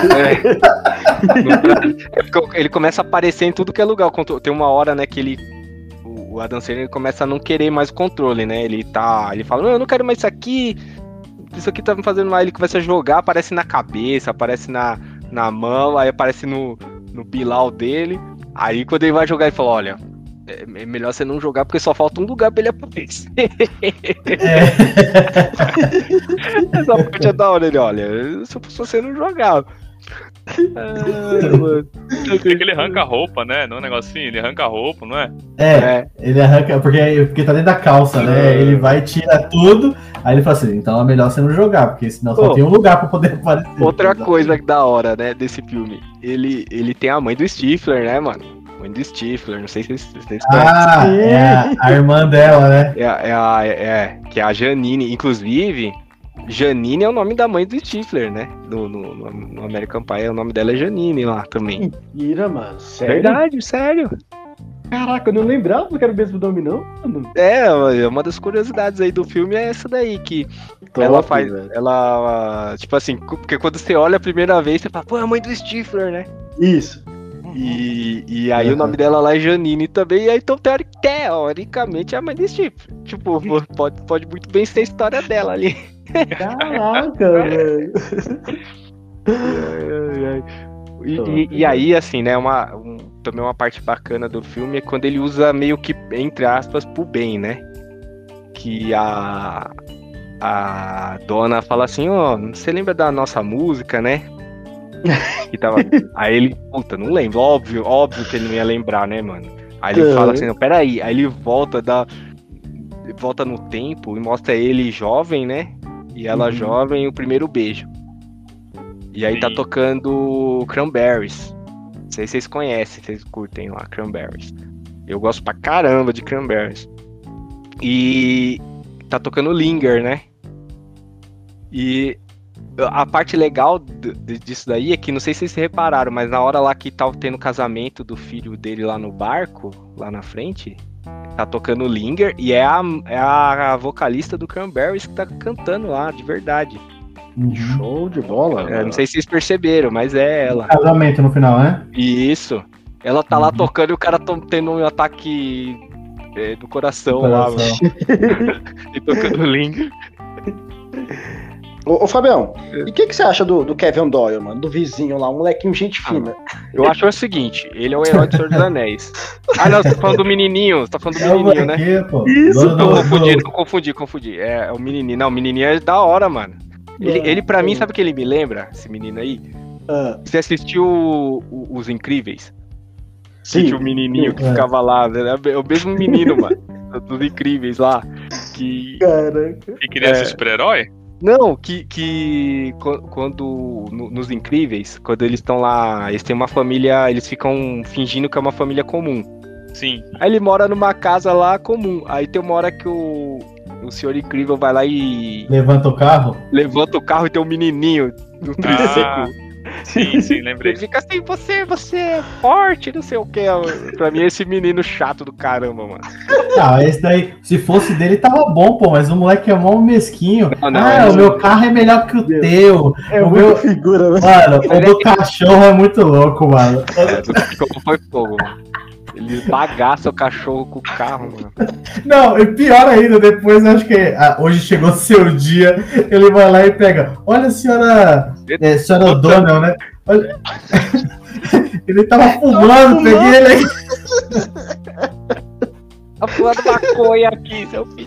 Porque ele começa a aparecer em tudo que é lugar. Tem uma hora, né, que o Adam Sandler começa a não querer mais o controle, né? Ele fala, não, eu não quero mais isso aqui tá me fazendo mal. Ele começa a jogar, aparece na cabeça, aparece na mão, aí aparece no pilau dele. Aí quando ele vai jogar, ele fala, olha, é melhor você não jogar porque só falta um lugar pra ele aparecer. Essa parte é da hora, ele, olha, se eu fosse você não jogava. Ele arranca a roupa, né? Não é um negocinho, ele arranca a roupa, não é? Ele arranca, porque tá dentro da calça, né? Ele vai e tira tudo, aí ele fala assim, então é melhor você não jogar, porque senão só tem um lugar pra poder aparecer. Outra coisa da hora, né, desse filme, ele tem a mãe do Stifler, né, mano? Mãe do Stifler, não sei se vocês conhecem. É a irmã dela, né? Que é a Janine, inclusive... Janine é o nome da mãe do Stifler, né? No American Pie, o nome dela é Janine lá também. Mentira, mano. Sério? Verdade, sério. Caraca, eu não lembrava que era o mesmo nome, não, mano. Uma das curiosidades aí do filme é essa daí, que top, ela faz. Velho. Ela. Tipo assim, porque quando você olha a primeira vez, você fala, pô, é a mãe do Stifler, né? Isso. E aí o nome dela lá é Janine também, e aí então teoricamente é a mãe do Stifler. Tipo, pode muito bem ser a história dela ali. Caraca, velho. E aí, assim, né, também uma parte bacana do filme é quando ele usa meio que, entre aspas, pro bem, né? Que a dona fala assim, você lembra da nossa música, né? Aí ele, puta, não lembro, óbvio que ele não ia lembrar, né, mano? Aí ele fala assim, não, peraí, aí ele volta no tempo e mostra ele jovem, né? E ela jovem, o primeiro beijo. E aí tá tocando Cranberries. Não sei se vocês conhecem, vocês curtem lá, Cranberries. Eu gosto pra caramba de Cranberries. E tá tocando Linger, né? E a parte legal disso daí é que, não sei se vocês repararam, mas na hora lá que tá tendo o casamento do filho dele lá no barco, lá na frente... Tá tocando Linger e é a vocalista do Cranberries que tá cantando lá, de verdade. Show de bola. Não sei se vocês perceberam, mas é ela. Casamento no final, né? Isso. Ela tá lá tocando e o cara tendo um ataque do coração lá, mano. E tocando Linger. Ô Fabião, e o que você acha do Kevin Doyle, mano? Do vizinho lá, um molequinho gente fina. Eu acho o seguinte, ele é o herói do Senhor dos Anéis. Não, você tá falando do menininho, né? Pô. Isso, confundi. É o menininho. Não, o menininho é da hora, mano. Ele pra mim, sabe o que ele me lembra, esse menino aí? Você assistiu Os Incríveis? Sim. O menininho que ficava lá, é o mesmo menino, mano, dos Incríveis lá. Caraca. Que queria ser super-herói? Não, quando nos Incríveis, quando eles estão lá, eles têm uma família, eles ficam fingindo que é uma família comum. Sim. Aí ele mora numa casa lá comum. Aí tem uma hora que o Senhor Incrível vai lá e... Levanta o carro e tem um menininho no triciclo. Sim, lembrei. Ele fica assim, você é forte, não sei o que. Pra mim é esse menino chato do caramba, mano. Esse daí, se fosse dele, tava bom, pô, mas o moleque é mó mesquinho. Não, o meu carro é melhor que o teu. É uma figura, né? Mano, o do cachorro é muito louco, mano. Do cachorro foi fogo, mano. Ele bagaça o cachorro com o carro, mano. Não, e pior ainda, depois acho que hoje chegou o seu dia, ele vai lá e pega. Olha a senhora O'Donnell, né? Olha... Ele tava fumando, peguei ele aí. Tá fumando maconha aqui, seu filho.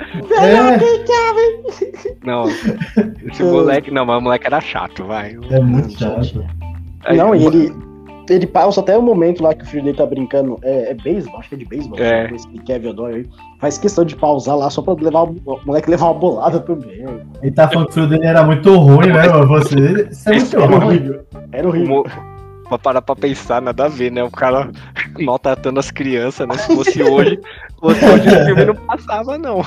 Não, esse moleque. Não, mas o moleque era chato, vai. É muito chato. Não, e ele pausa até o momento lá que o filho dele tá brincando. É beisebol, acho que é de beisebol. Esse Kevin O'Donnell aí. Faz questão de pausar lá só pra o moleque levar uma bolada também. Ele tá falando que o filho dele era muito ruim, né, mano? Isso é muito ruim. Era horrível. Pra parar pra pensar, nada a ver, né? O cara maltratando as crianças, né? Se fosse hoje o filme não passava, não.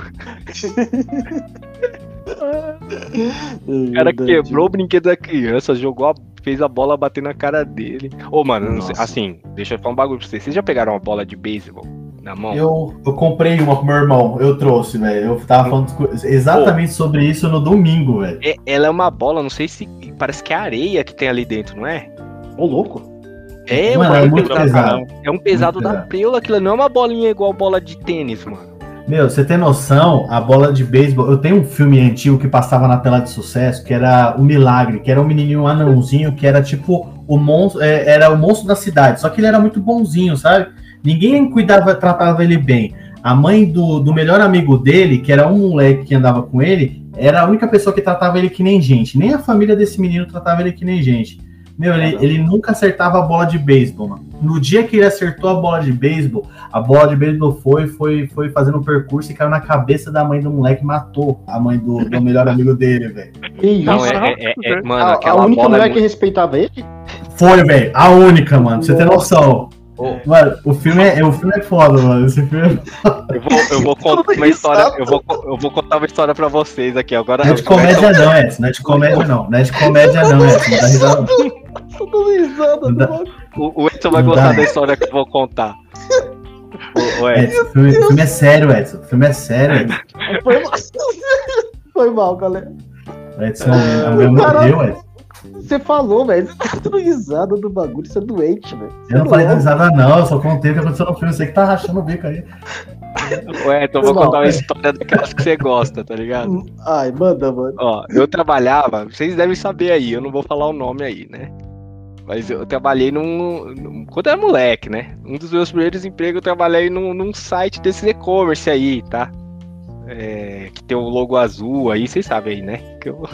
O cara quebrou o brinquedo da criança, fez a bola bater na cara dele. Ô, mano, não sei, assim, deixa eu falar um bagulho pra vocês. Vocês já pegaram uma bola de beisebol na mão? Eu comprei uma pro meu irmão, eu trouxe, velho. Eu tava falando exatamente sobre isso no domingo, velho. Ela é uma bola, não sei se. Parece que é areia que tem ali dentro, não é? Ô, louco. Mano, é muito pesado. É um pesado da preula, aquilo não é uma bolinha igual bola de tênis, mano. Meu, você tem noção, a bola de beisebol... Eu tenho um filme antigo que passava na tela de sucesso, que era O Milagre, que era um menininho, um anãozinho, que era tipo o monstro, era o monstro da cidade, só que ele era muito bonzinho, sabe? Ninguém tratava ele bem. A mãe do melhor amigo dele, que era um moleque que andava com ele, era a única pessoa que tratava ele que nem gente. Nem a família desse menino tratava ele que nem gente. Meu, ele nunca acertava a bola de beisebol, mano. No dia que ele acertou a bola de beisebol foi fazendo um percurso e caiu na cabeça da mãe do moleque e matou a mãe do melhor amigo dele, velho. Não, mano, a única mulher que respeitava ele? Foi, velho. A única, mano. Você tem noção. Mano, o filme é foda, mano. Esse filme é... Eu vou contar uma história. Eu vou contar uma história pra vocês aqui. Agora, não é de comédia, não, Edson. Não é de comédia, não. Não é de comédia, não, Edson. Não dá risada, não. O Edson vai gostar da história que eu vou contar. Edson, o filme é sério, Edson. O filme é sério, Edson. Foi mal, galera. Edson, a mulher morreu, Edson. Você falou, velho. Você tá dando risada do bagulho, você é doente, velho. Eu não falei risada, não. Eu só contei o que aconteceu no filme. Você que tá rachando o bico aí. Ué, então eu vou contar uma história daquelas que você gosta, tá ligado? Ai, manda, mano. Ó, eu trabalhava, vocês devem saber aí, eu não vou falar o nome aí, né? Mas eu trabalhei quando eu era moleque, né? Um dos meus primeiros empregos eu trabalhei num site desse e-commerce aí, tá? Que tem o logo azul aí, vocês sabem aí, né? Que eu...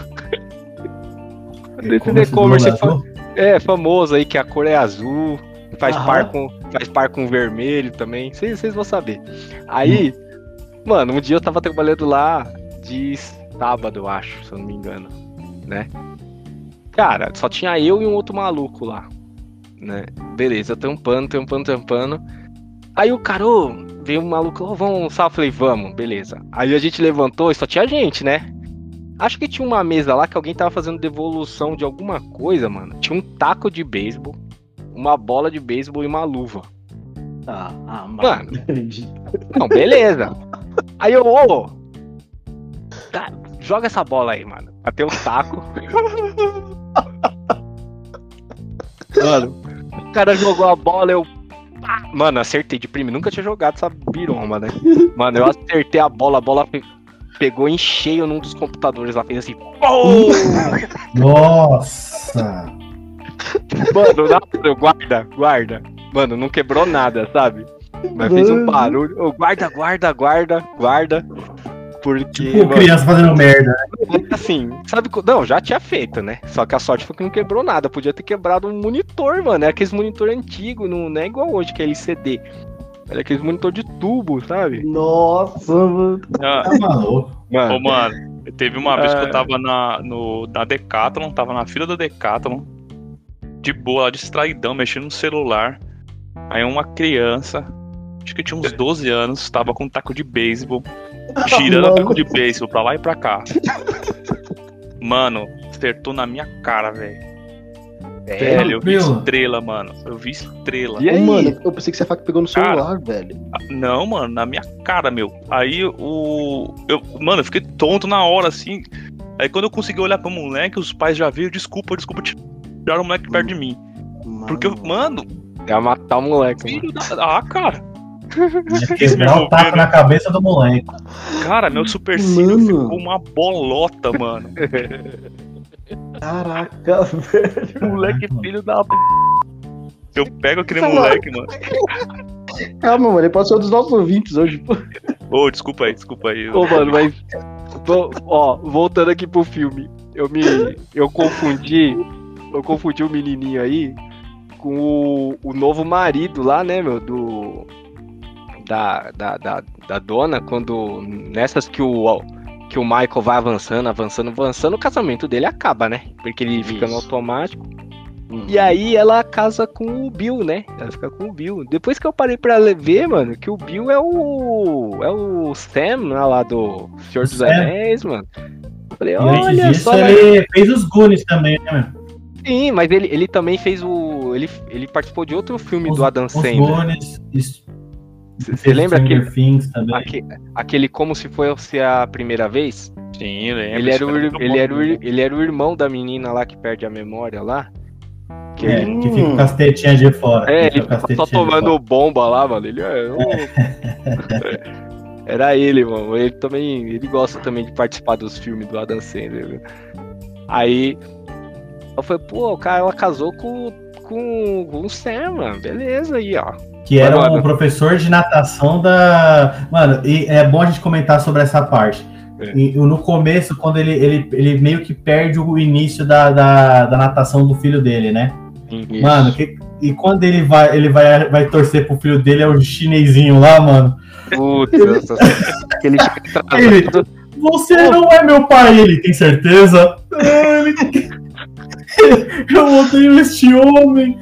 Desse e-commerce famoso aí, que a cor é azul, faz par com vermelho também, vocês vão saber. Aí, mano, um dia eu tava trabalhando lá de sábado, eu acho, se eu não me engano, né? Cara, só tinha eu e um outro maluco lá, né? Beleza, tampando. Aí o cara, veio um maluco, vamos almoçar? Eu falei, vamos, beleza. Aí a gente levantou e só tinha gente, né? Acho que tinha uma mesa lá que alguém tava fazendo devolução de alguma coisa, mano. Tinha um taco de beisebol, uma bola de beisebol e uma luva. Mano. Não, beleza. Aí eu, joga essa bola aí, mano. Até o taco. Mano, o cara jogou a bola, mano, acertei de primeiro. Nunca tinha jogado essa biromba, né? Mano, eu acertei a bola pegou em cheio num dos computadores lá, fez assim. Oh! Nossa! Mano, guarda. Mano, não quebrou nada, sabe? Mas fez um barulho. Guarda. Porque. Tipo, mano, criança fazendo merda, né? Assim, sabe? Não, já tinha feito, né? Só que a sorte foi que não quebrou nada. Podia ter quebrado um monitor, mano. É aqueles monitor antigo, não é igual hoje, que é LCD. Era aqueles monitor de tubo, sabe? Nossa, mano. Tá maluco. Ô, mano, teve uma vez que eu tava na Decathlon, tava na fila da Decathlon, de boa, distraidão, mexendo no celular. Aí uma criança, acho que tinha uns 12 anos, tava com um taco de beisebol, girando o taco de beisebol pra lá e pra cá. Mano, acertou na minha cara, velho. Velho, eu vi estrela, mano. Eu vi estrela. E aí? Mano, eu pensei que você pegou no celular, velho. Não, mano, na minha cara, meu. Aí mano, eu fiquei tonto na hora, assim. Aí quando eu consegui olhar pro moleque, os pais já viram, desculpa, tiraram o moleque perto de mim. Mano. Porque mano. Ia matar o moleque, filho da... cara. Ia quebrar o taco na cabeça do moleque. Cara, meu supercílio ficou uma bolota, mano. Caraca, velho. Moleque filho da... Eu pego aquele moleque, mano. Calma, mano, ele pode ser um dos nossos ouvintes hoje, pô. Ô, desculpa aí. Ô, mano, mas... Ó, voltando aqui pro filme. Eu confundi o menininho aí com o novo marido lá, né, meu, da dona, quando nessas que o Michael vai avançando, o casamento dele acaba, né? Porque ele fica no automático. E aí ela casa com o Bill, né? Ela fica com o Bill. Depois que eu parei pra ver, mano, que o Bill é o Sam, né, lá do Senhor dos Anéis, mano. Eu falei, olha só. Ele fez os Goonies também, né, mano? Sim, mas ele também fez ele participou de outro filme do Adam Sandler. Os Goonies. Você lembra aquele aquele Como Se Fosse a Primeira Vez? Sim, eu lembro. Ele era o irmão da menina lá que perde a memória lá. Que fica com as tetinhas de fora. Ele fica só tomando bomba lá, mano. Ele era ele, mano. Ele gosta também de participar dos filmes do Adam Sandler. Viu? Aí eu falei, pô, cara, ela casou com o Sam, mano. Beleza aí, ó. Que era um professor de natação da... Mano, e é bom a gente comentar sobre essa parte. E no começo, quando ele meio que perde o início da natação do filho dele, né? Isso. Mano, e quando ele vai torcer pro filho dele, é o chinesinho lá, mano. Putz, aquele você não é meu pai, ele tem certeza? Eu odeio este homem.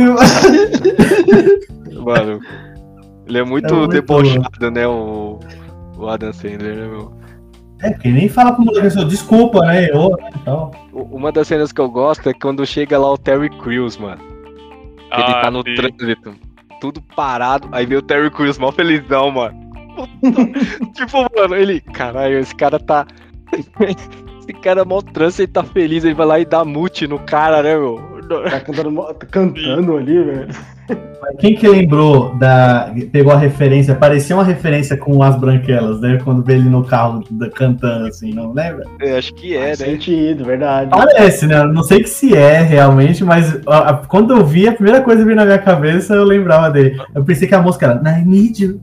Mano, ele é muito debochado, né? O Adam Sandler, né, meu? Porque nem fala pro moleque, desculpa, né? Então. Uma das cenas que eu gosto é quando chega lá o Terry Crews, mano. Ele tá no trânsito, tudo parado, aí vem o Terry Crews, mó felizão, mano. Tipo, mano, caralho, esse cara tá... esse cara é mó trânsito, ele tá feliz, ele vai lá e dá mute no cara, né, meu? Tá cantando ali, velho. Quem que lembrou pegou a referência, parecia uma referência com As Branquelas, né? Quando vê ele no carro cantando, assim, não lembra? Acho que é, Faz né? sentido, verdade. Parece, né? Não sei que se é realmente, mas quando eu vi, a primeira coisa que veio na minha cabeça, eu lembrava dele. Eu pensei que a música era I need you.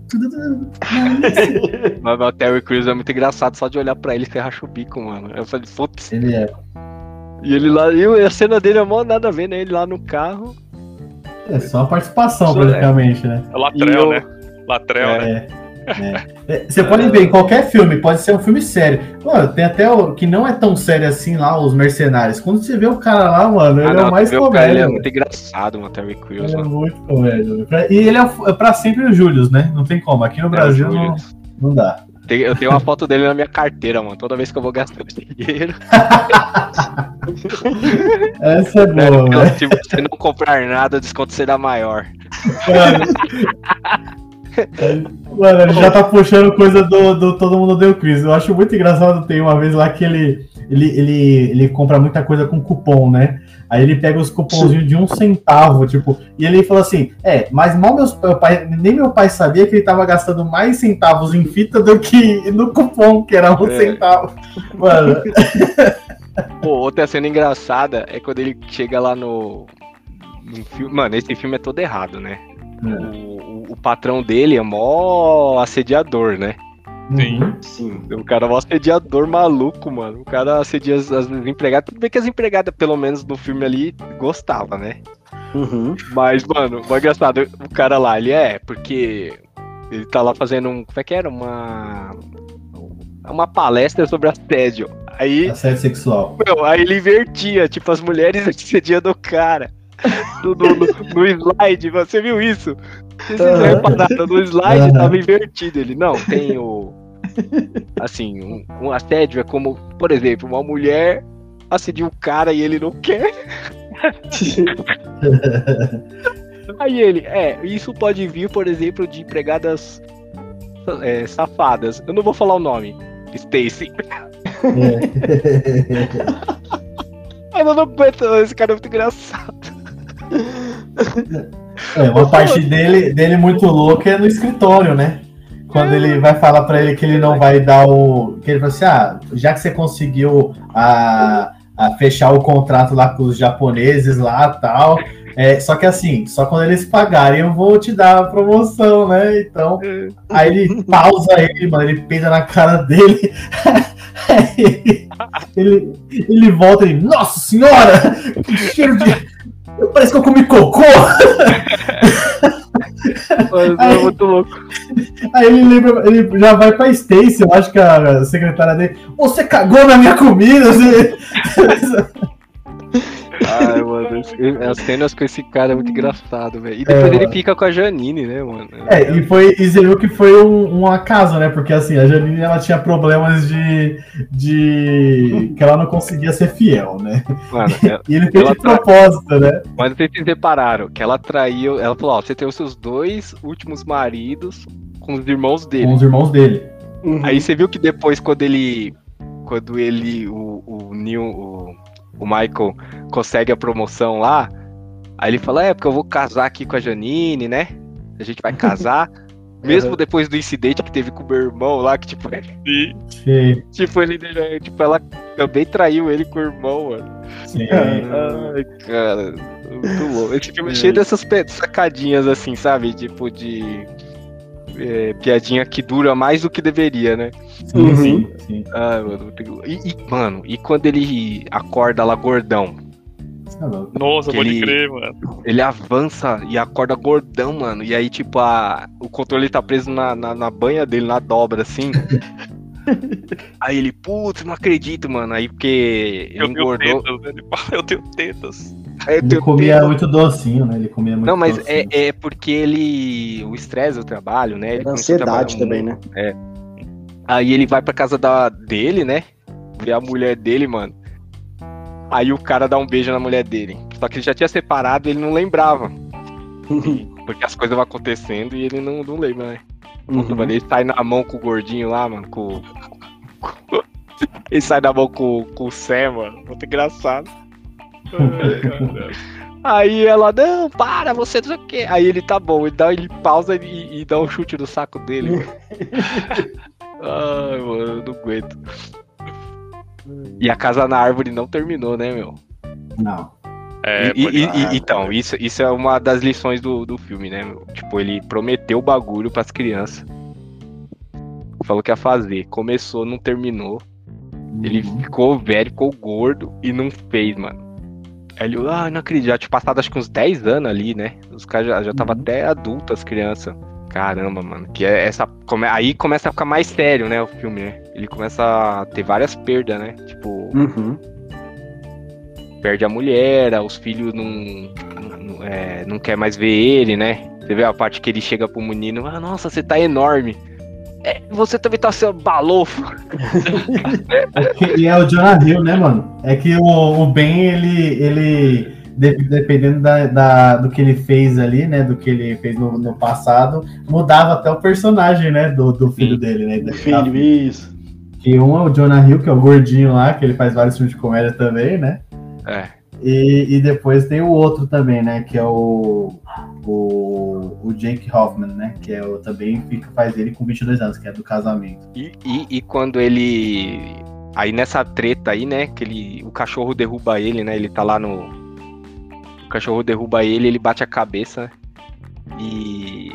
Mas o Terry Crews é muito engraçado, só de olhar pra ele você racha o bico, mano. Eu falei, putz. Ele é. E ele lá, e a cena dele é mó nada a ver, né? Ele lá no carro. É só uma participação, praticamente, né? É Latrell, né? Latrell, né? Você pode ver em qualquer filme, pode ser um filme sério. Mano, tem até o que não é tão sério assim lá, Os Mercenários. Quando você vê o cara lá, mano, ele é o mais comédia. Ele é muito engraçado, mano, Terry Crews. Ele é muito comédia. E ele é pra sempre o Julius, né? Não tem como. Aqui no Brasil não dá. Eu tenho uma foto dele na minha carteira, mano. Toda vez que eu vou gastar dinheiro. Essa é boa, né? Se você não comprar nada, o desconto será maior. Mano, a gente já tá puxando coisa do Todo Mundo Deu Cris. Eu acho muito engraçado. Tem uma vez lá que ele compra muita coisa com cupom, né? Aí ele pega os cupomzinhos de 1 centavo, tipo, e ele fala assim, mas nem meu pai sabia que ele tava gastando mais centavos em fita do que no cupom, que era 1 centavo. Mano. Pô, outra cena engraçada é quando ele chega lá no filme. Mano, esse filme é todo errado, né? O patrão dele é mó assediador, né? Sim. O cara é um assediador maluco, mano. O cara assedia as empregadas. Tudo bem que as empregadas, pelo menos no filme ali, gostavam, né? Mas, mano, é engraçado. O cara lá, porque ele tá lá fazendo como é que era? Uma palestra sobre assédio. Assédio sexual. Aí ele invertia, tipo, as mulheres assediam do cara. No slide, você viu isso? Vocês não repararam, no slide tava invertido. Ele, não, tem assim, um assédio é como, por exemplo, uma mulher assedia um cara e ele não quer. Aí ele, isso pode vir, por exemplo, de empregadas safadas. Eu não vou falar o nome. Stacy. Mas eu não aguento, esse cara é muito engraçado. Uma parte dele muito louca é no escritório, né? Quando ele vai falar pra ele que ele não vai dar que ele fala assim, já que você conseguiu fechar o contrato lá com os japoneses lá e tal, Só que assim, só quando eles pagarem eu vou te dar a promoção, né? Então, aí ele pausa ele, mano, ele peida na cara dele. ele volta e, nossa senhora, que cheiro de... Parece que eu comi cocô. É muito louco. Aí ele já vai pra Stacy, eu acho que a secretária dele. Você cagou na minha comida? Ai, mano, as cenas com esse cara é muito engraçado, velho. E depois ele fica com a Janine, né, mano? E você viu que foi um acaso, né? Porque assim, a Janine ela tinha problemas de que ela não conseguia ser fiel, né? Mano, e ele fez de propósito, né? Mas não sei se vocês repararam que ela traiu. Ela falou: ó, você tem os seus 2 últimos maridos com os irmãos dele. Com os irmãos dele. Uhum. Aí você viu que depois, quando o Michael consegue a promoção lá, aí ele fala, porque eu vou casar aqui com a Janine, né? A gente vai casar. Mesmo depois do incidente que teve com o meu irmão lá, que tipo, ela também traiu ele com o irmão, mano. Sim. Ai, cara, muito louco. Esse filme é cheio dessas sacadinhas assim, sabe? Tipo de piadinha que dura mais do que deveria, né? Sim. Ai, mano, e quando ele acorda lá gordão? Nossa, pode crer, mano. Ele avança e acorda gordão, mano. E aí, tipo, o controle tá preso na banha dele, na dobra, assim. Aí ele, putz, não acredito, mano. Aí porque ele engordou. Eu tenho tetas. Ele comia muito docinho, né? Ele comia muito. Não, mas docinho. é porque o estresse do trabalho, né? Ele ansiedade também, né? Aí ele vai pra casa dele, né? Ver a mulher dele, mano. Aí o cara dá um beijo na mulher dele. Só que ele já tinha separado e ele não lembrava. Porque as coisas vão acontecendo e ele não lembra, né? Ele sai na mão com o gordinho lá, mano. Ele sai na mão com o Sam, mano. Muito engraçado. Aí ela, não, para, você não sei o quê. Aí ele, tá bom, ele pausa e dá um chute no saco dele. Ai, mano, eu não aguento. E a Casa na Árvore não terminou, né, meu? Não. Então, isso é uma das lições do filme, né, meu? Tipo, ele prometeu o bagulho pras crianças. Falou que ia fazer. Começou, não terminou. Ele ficou velho, ficou gordo e não fez, mano. Aí ele, não acredito, já tinha passado acho que uns 10 anos ali, né? Os caras já tava até adultos, as crianças. Caramba, mano, que aí começa a ficar mais sério, né, o filme, né? Ele começa a ter várias perdas, né? Tipo, perde a mulher, os filhos não quer mais ver ele, né? Você vê a parte que ele chega pro menino, nossa, você tá enorme. Você também tá sendo balofo. E é o Jonah Hill, né, mano? É que o Ben, ele dependendo do que ele fez ali, né? Do que ele fez no passado, mudava até o personagem, né? Do filho dele, né? Do filho, isso. Que um é o Jonah Hill, que é o gordinho lá, que ele faz vários filmes de comédia também, né? E depois tem o outro também, né? Que é o Jake Hoffman, né? Que também faz ele com 22 anos, que é do casamento. E quando ele... Aí nessa treta aí, né? Que o cachorro derruba ele, né? Ele tá lá no... O cachorro derruba ele bate a cabeça, né? E...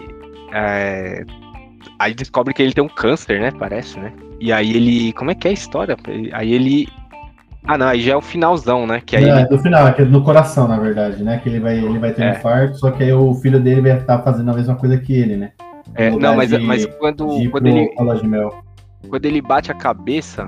Aí descobre que ele tem um câncer, né? Parece, né? E aí ele... Como é que é a história? Aí ele... não, aí já é o finalzão, né? Que aí do final, é que é no coração, na verdade, né? Que ele vai ter um infarto, só que aí o filho dele vai estar fazendo a mesma coisa que ele, né? Não, mas quando ele bate a cabeça,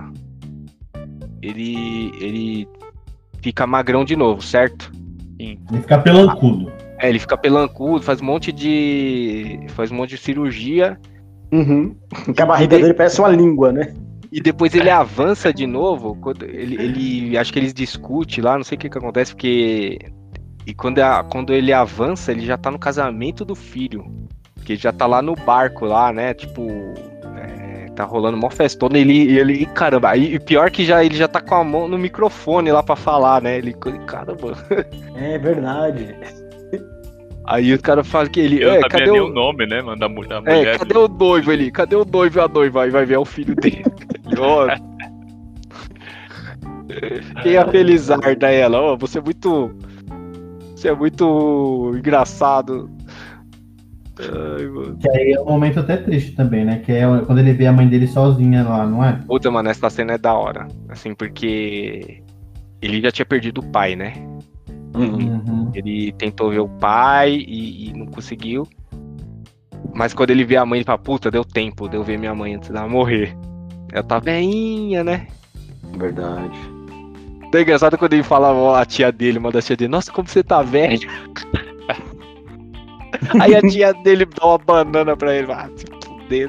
ele fica magrão de novo, certo? Sim. Ele fica pelancudo. Ele fica pelancudo, faz um monte de cirurgia. Que a barriga dele parece uma língua, né? E depois ele avança de novo, quando ele acho que eles discutem lá, não sei o que acontece, porque... E quando ele avança, ele já tá no casamento do filho. Porque já tá lá no barco lá, né? Tipo, tá rolando uma festona, ele caramba, aí pior que ele já tá com a mão no microfone lá pra falar, né? Ele, caramba. É verdade. Aí o cara fala que ele... Eu cadê o nome, né, mano, da mulher. Cadê o noivo ali? Cadê o noivo e a noiva? Aí vai ver o filho dele. Quem é a Felizarda ela? Você é muito Você é muito engraçado. Ai, mano. Que aí é um momento até triste também, né? Que é quando ele vê a mãe dele sozinha lá, não é? Puta, mano, essa cena é da hora. Assim, porque ele já tinha perdido o pai, né? Uhum. Ele tentou ver o pai e não conseguiu. Mas quando ele vê a mãe, ele fala, puta, deu tempo de eu ver minha mãe antes dela morrer. Ela tá velhinha, né? Verdade. É engraçado quando ele fala a tia dele, uma das tia dele, nossa, como você tá velho. Aí a tia dele dá uma banana pra ele, se fuder.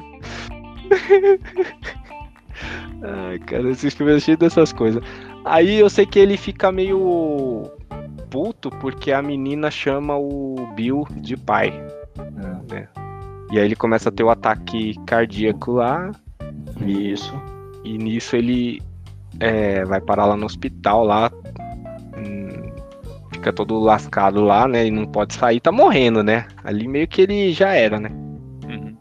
Ai, cara, esses filmes é cheio dessas coisas. Aí eu sei que ele fica meio puto porque a menina chama o Bill de pai. Né? E aí ele começa a ter o ataque cardíaco lá. Isso. E nisso ele vai parar lá no hospital lá. Fica todo lascado lá, né? E não pode sair, tá morrendo, né? Ali meio que ele já era, né? Uhum.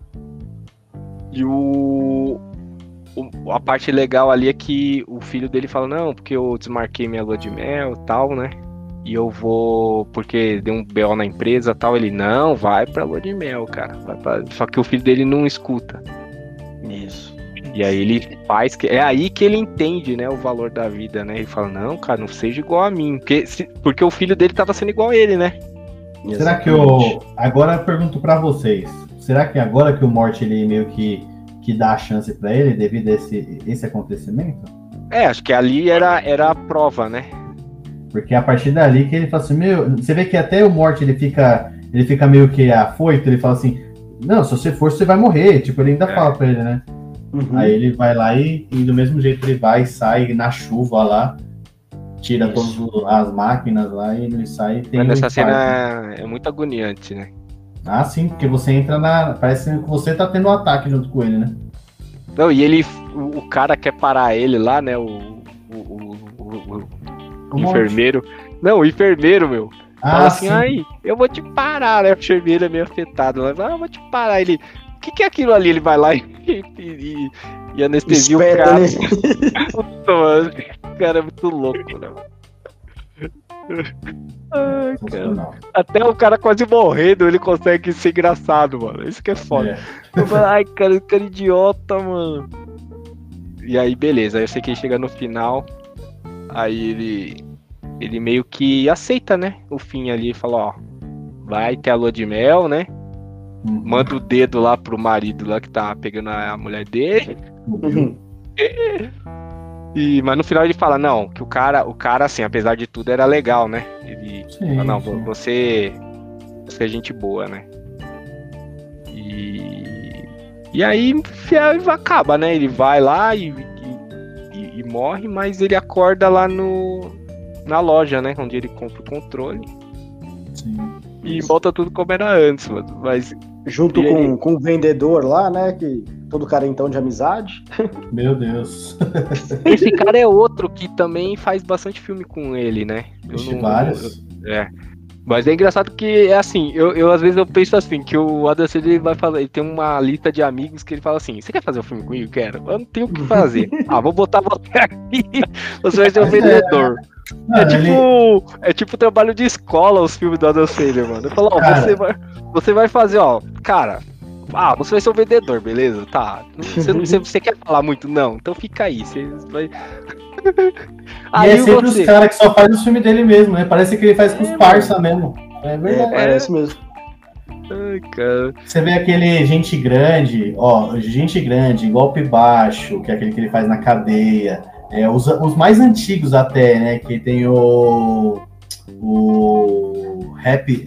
E a parte legal ali é que o filho dele fala, não, porque eu desmarquei minha lua de mel e tal, né? E eu vou, porque deu um BO na empresa e tal. Ele, não, vai pra lua de mel, cara. Só que o filho dele não escuta. Isso. E aí ele faz, é aí que ele entende, né, o valor da vida, né? Ele fala, não, cara, não seja igual a mim. Porque o filho dele tava sendo igual a ele, né? Será que agora eu pergunto pra vocês, será que agora que o Morty ele meio que dá a chance pra ele devido a esse acontecimento? Acho que ali era a prova, né? Porque a partir dali que ele fala assim, você vê que até o Morty ele fica meio que afoito, ele fala assim, não, se você for, você vai morrer. Tipo, ele ainda fala pra ele, né? Uhum. Aí ele vai lá e do mesmo jeito ele vai e sai na chuva lá, tira todas as máquinas lá e ele sai e tem. Mas essa cena é muito agoniante, né? Ah, sim, porque você entra parece que você tá tendo um ataque junto com ele, né? Não, e o cara quer parar ele lá, né? O enfermeiro. Não, o enfermeiro, meu. Fala assim, ai, eu vou te parar, né? O enfermeiro é meio afetado. Eu vou te parar. Ele, o que é aquilo ali? Ele vai lá e anestesia o cara. Puta, mano, o cara é muito louco, né? Ai, cara. Até o cara quase morrendo, ele consegue ser engraçado, mano. Isso que é foda. Eu falo, ai, cara, esse cara é idiota, mano. E aí, beleza. Aí eu sei que ele chega no final. Aí ele meio que aceita, né? O fim ali e fala, ó, vai ter a lua de mel, né? Manda o dedo lá pro marido lá que tá pegando a mulher dele. Mas no final ele fala, não, que o cara, assim, apesar de tudo, era legal, né? Ele fala, não, você é gente boa, né? E aí acaba, né? Ele vai lá e morre, mas ele acorda lá na loja, né? Onde ele compra o controle. Sim. E volta tudo como era antes, mano. Mas junto com o vendedor lá, né? Que todo carentão de amizade. Meu Deus. Esse cara é outro que também faz bastante filme com ele, né? Vários. Mas é engraçado que é assim, eu às vezes eu penso assim, que o Adam Sandler ele vai fazer, ele tem uma lista de amigos que ele fala assim, você quer fazer um filme comigo? Quero. Eu não tenho o que fazer. Vou botar você aqui, você vai ser o vendedor. É tipo trabalho de escola os filmes do Adam Sandler, mano. Eu falo, você vai fazer, ó, cara, você vai ser o vendedor, beleza? Tá. Você quer falar muito? Não, então fica aí. Você vai. Aí é sempre os caras que só fazem os filmes dele mesmo, né? Parece que ele faz com os parça mesmo. É verdade. Parece mesmo. Ai, cara. Você vê aquele Gente Grande, Gente Grande, Golpe Baixo, que é aquele que ele faz na cadeia. Os mais antigos até, né? Que tem o Happy.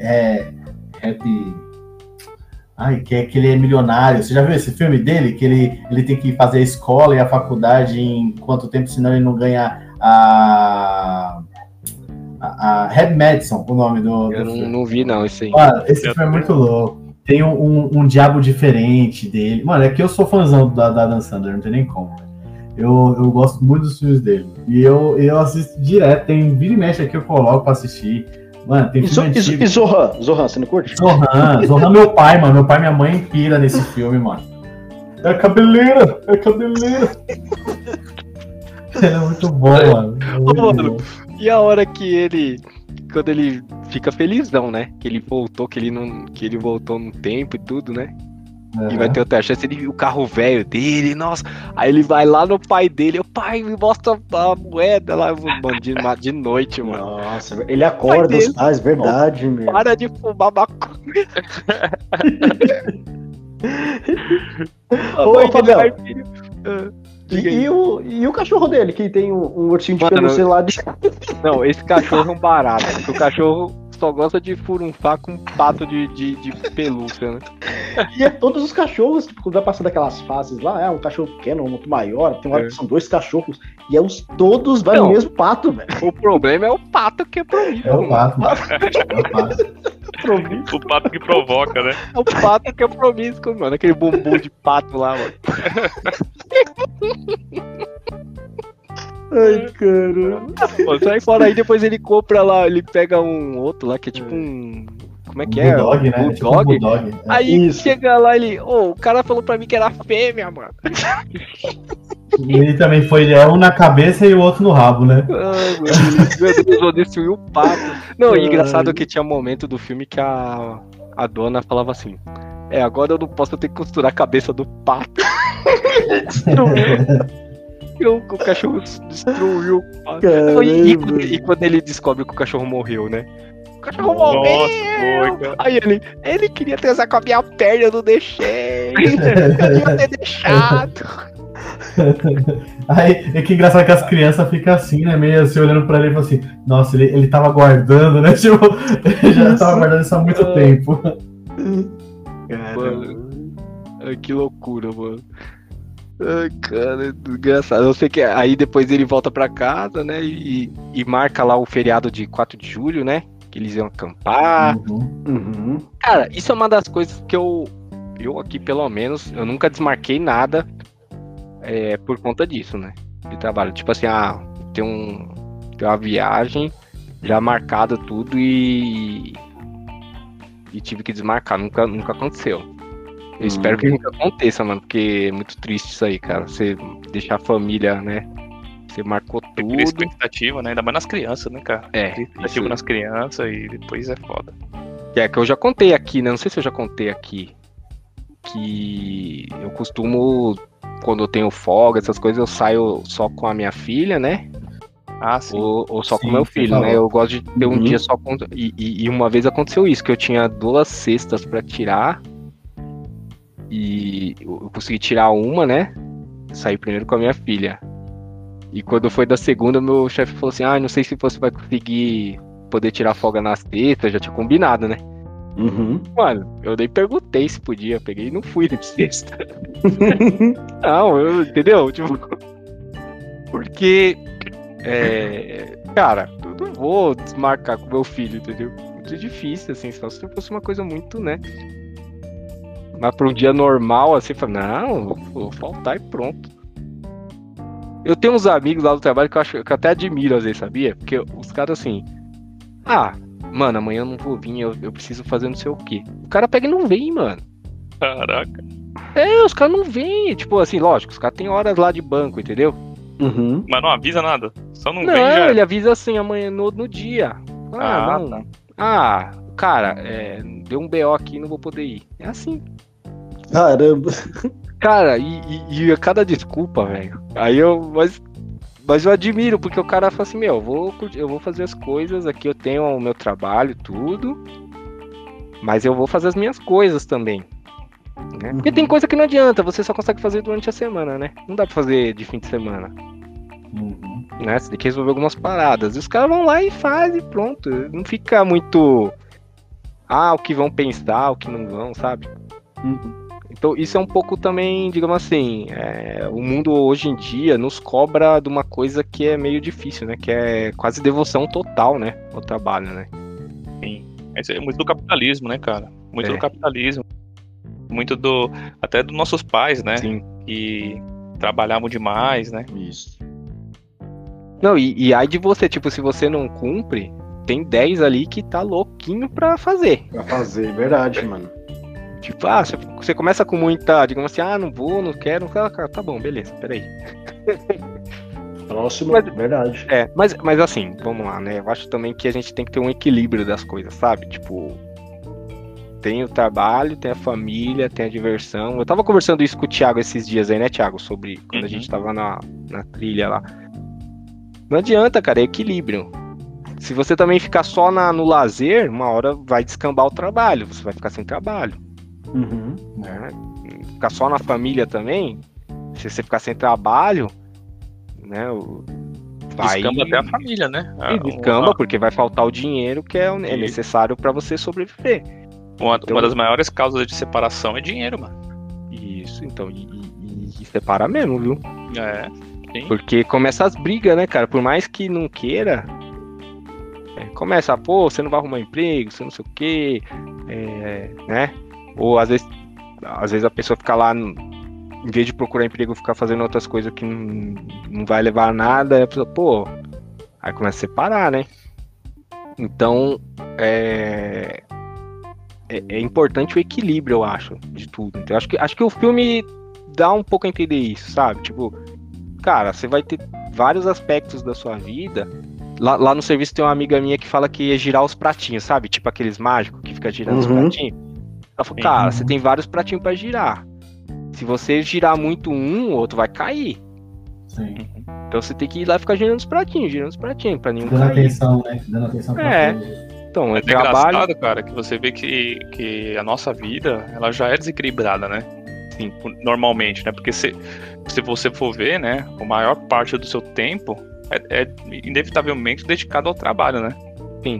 Ai, que ele é milionário. Você já viu esse filme dele? Que ele tem que fazer a escola e a faculdade em quanto tempo, senão ele não ganha a Reb Madison, o nome do filme. Não vi, não, esse aí. Mano, esse filme é muito louco. Tem um diabo diferente dele. Mano, é que eu sou fãzão da Dan Sandler, não tem nem como. Eu gosto muito dos filmes dele. E eu assisto direto. Tem vira e mexe aqui, eu coloco pra assistir. Mano, tem filme antigo. E Zohan, você não curte? Zohan meu pai, mano. Meu pai e minha mãe pira nesse filme, mano. É cabeleira. Ele é muito bom, mano. Mano, e a hora que quando ele fica felizão, né? Que ele voltou, que ele voltou no tempo e tudo, né? Uhum. E vai ter outra chance, ele viu o carro velho dele, nossa. Aí ele vai lá no pai dele, o pai me mostra a moeda lá, mano, de noite, mano. Nossa, ele acorda os pais, verdade, meu. Para de fumar maconha. Ô, Fabião. E o cachorro dele, que tem um ursinho de pelúcia lá de... Não, esse cachorro é um barato, porque o cachorro só gosta de furunfar com pato de pelúcia, né? E é todos os cachorros, tipo, quando vai passando aquelas fases lá, um cachorro pequeno, um outro maior, tem uma hora que são 2 cachorros, e todos vai no mesmo pato, velho. O problema é o pato que é promíscuo. É o pato. O pato que provoca, né? É o pato que é promíscuo, mano. Aquele bumbum de pato lá, mano. Ai, caramba. Pô, sai fora aí, depois ele compra lá, ele pega um outro lá, que é tipo um... Como é que é? Bulldog, né? Bulldog. Tipo Bulldog. Aí chega lá, ele... o cara falou pra mim que era fêmea, mano. E ele também foi um na cabeça e o outro no rabo, né? Ai, meu Deus, destruiu o pato. Não, e engraçado que tinha um momento do filme que a dona falava assim: agora eu não posso, eu tenho que costurar a cabeça do pato. O cachorro destruiu o pato. E quando ele descobre que o cachorro morreu, né? O cachorro morreu! Aí ele queria transar com a minha perna, eu não deixei. Eu devia ter deixado. Aí, é que engraçado que as crianças ficam assim, né? Meio assim, olhando pra ele e falam assim: nossa, ele tava guardando, né? Tipo, ele já tava guardando isso há muito tempo. Mano, que loucura, mano. Ai, cara, engraçado. Eu sei que aí depois ele volta pra casa, né? E marca lá o feriado de 4 de julho, né? Que eles iam acampar. Uhum. Cara, isso é uma das coisas que eu aqui, pelo menos, eu nunca desmarquei nada. Por conta disso, né? De trabalho. Tipo assim, tem uma viagem já marcada tudo e tive que desmarcar. Nunca aconteceu. Eu espero que nunca aconteça, mano, porque é muito triste isso aí, cara. Você deixar a família, né? Você marcou tudo. Tem expectativa, né? Ainda mais nas crianças, né, cara? Expectativa isso... nas crianças e depois é foda. Que eu já contei aqui, né? Não sei se eu já contei aqui. Que eu costumo... Quando eu tenho folga, essas coisas, eu saio só com a minha filha, né? Sim. Ou só com o meu filho, né? Eu gosto de ter um dia só com... E uma vez aconteceu isso, que eu tinha 2 cestas pra tirar. E eu consegui tirar uma, né? Saí primeiro com a minha filha. E quando foi da segunda, meu chefe falou assim: não sei se você vai conseguir poder tirar folga na sexta, já tinha combinado, né? Mano, eu nem perguntei se podia, eu peguei e não fui de sexta. Não, entendeu? Tipo, porque, cara, eu não vou desmarcar com meu filho, entendeu? Muito difícil, assim, só se fosse uma coisa muito, né? Mas pra um dia normal, assim, não, vou faltar e pronto. Eu tenho uns amigos lá do trabalho que eu até admiro às vezes, sabia? Porque os caras assim, mano, amanhã eu não vou vir, eu preciso fazer não sei o quê. O cara pega e não vem, mano. Caraca. Os caras não vêm. Tipo assim, lógico, os caras têm horas lá de banco, entendeu? Mas não avisa nada. Só não vem já. Não, ele avisa assim, amanhã no dia. Não. Tá. Cara, deu um BO aqui, não vou poder ir. É assim. Caramba. Cara, e a cada desculpa, velho. Aí Mas eu admiro, porque o cara fala assim, eu vou fazer as coisas, aqui eu tenho o meu trabalho, tudo, mas eu vou fazer as minhas coisas também, né? Porque tem coisa que não adianta, você só consegue fazer durante a semana, né? Não dá pra fazer de fim de semana. Né? Você tem que resolver algumas paradas. E os caras vão lá e fazem e pronto. Não fica muito... o que vão pensar, o que não vão, sabe? Então isso é um pouco também, digamos assim, o mundo hoje em dia nos cobra de uma coisa que é meio difícil, né? Que é quase devoção total, né? Ao trabalho, né? Sim. Isso é muito do capitalismo, né, cara? Muito do capitalismo. Muito até dos nossos pais, né? Sim. Que trabalhavam demais, né? Isso. Não, e aí de você, tipo, se você não cumpre, tem 10 ali que tá louquinho pra fazer. Verdade, mano. Tipo, você começa com muita, digamos assim, não vou, não quero, cara, tá bom, beleza, peraí. Próximo, verdade. Mas assim, vamos lá, né? Eu acho também que a gente tem que ter um equilíbrio das coisas, sabe? Tipo, tem o trabalho, tem a família, tem a diversão. Eu tava conversando isso com o Thiago esses dias aí, né, Thiago? Sobre quando a gente tava na trilha lá. Não adianta, cara, é equilíbrio. Se você também ficar só no lazer, uma hora vai descambar o trabalho, você vai ficar sem trabalho. Né? Ficar só na família também, se você ficar sem trabalho, né? Descamba até a família, né? Descamba, porque vai faltar o dinheiro que é necessário para você sobreviver. Uma das maiores causas de separação é dinheiro, mano. Isso, então, e separa mesmo, viu? Sim. Porque começa as brigas, né, cara? Por mais que não queira, começa, você não vai arrumar emprego, você não sei o quê, né? Ou às vezes a pessoa fica lá, em vez de procurar emprego, ficar fazendo outras coisas que não vai levar a nada, a pessoa, aí começa a separar, né? Então, é importante o equilíbrio, eu acho, de tudo. Então, acho que o filme dá um pouco a entender isso, sabe? Tipo, cara, você vai ter vários aspectos da sua vida. Lá no serviço tem uma amiga minha que fala que ia girar os pratinhos, sabe? Tipo aqueles mágicos que fica girando os pratinhos. Ela falou, cara, você tem vários pratinhos pra girar. Se você girar muito o outro vai cair. Sim. Então você tem que ir lá e ficar girando os pratinhos pra nenhum dando cair. Atenção, né? Dando atenção pra todos. Então, é engraçado, cara, que você vê que a nossa vida, ela já é desequilibrada, né? Sim, normalmente, né? Porque se você for ver, né, a maior parte do seu tempo é inevitavelmente dedicado ao trabalho, né? Sim.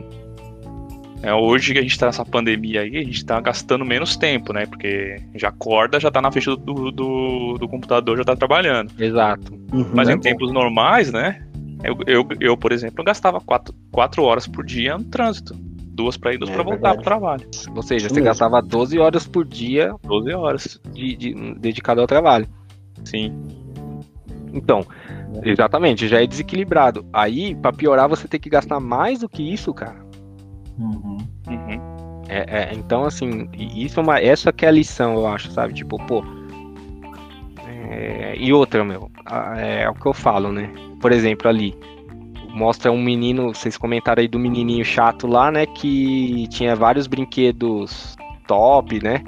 Hoje que a gente tá nessa pandemia aí, a gente tá gastando menos tempo, né? Porque já acorda, já tá na frente do computador, já tá trabalhando. Exato. Mas em tempos normais, né? Eu, por exemplo, gastava 4 horas por dia no trânsito. 2 pra ir, 2 pra voltar pro trabalho. Ou seja, você gastava 12 horas por dia. 12 horas. Dedicado ao trabalho. Sim. Então, exatamente, já é desequilibrado. Aí, pra piorar, você tem que gastar mais do que isso, cara. Então, assim, isso essa que é a lição, eu acho, sabe? Tipo, e outra, é o que eu falo, né? Por exemplo, ali, mostra um menino, vocês comentaram aí do menininho chato lá, né? Que tinha vários brinquedos top, né?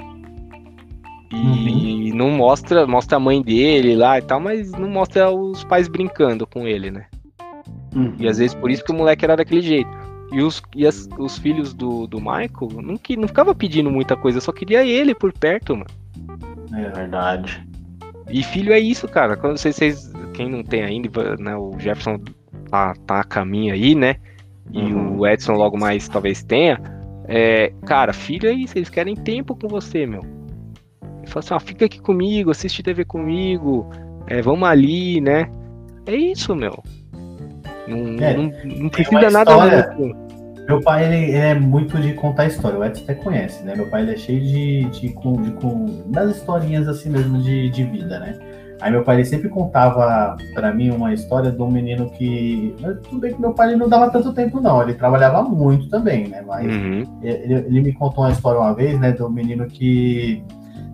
E não mostra a mãe dele lá e tal, mas não mostra os pais brincando com ele, né? E às vezes por isso que o moleque era daquele jeito. E os filhos do Michael não ficava pedindo muita coisa, só queria ele por perto, mano. É verdade. E filho é isso, cara. Quando vocês quem não tem ainda, né? O Jefferson tá a caminho aí, né? E o Edson logo mais talvez tenha. Cara, filho é isso, eles querem tempo com você, meu. Ele fala assim, fica aqui comigo, assiste TV comigo, vamos ali, né? É isso, meu. Não precisa nada mais. Meu pai, ele é muito de contar história, o Edson até conhece, né? Meu pai, ele é cheio das historinhas assim mesmo de vida, né? Aí meu pai, ele sempre contava pra mim uma história de um menino que... Tudo bem que meu pai, ele não dava tanto tempo não, ele trabalhava muito também, né? Mas ele me contou uma história uma vez, né? Do menino que...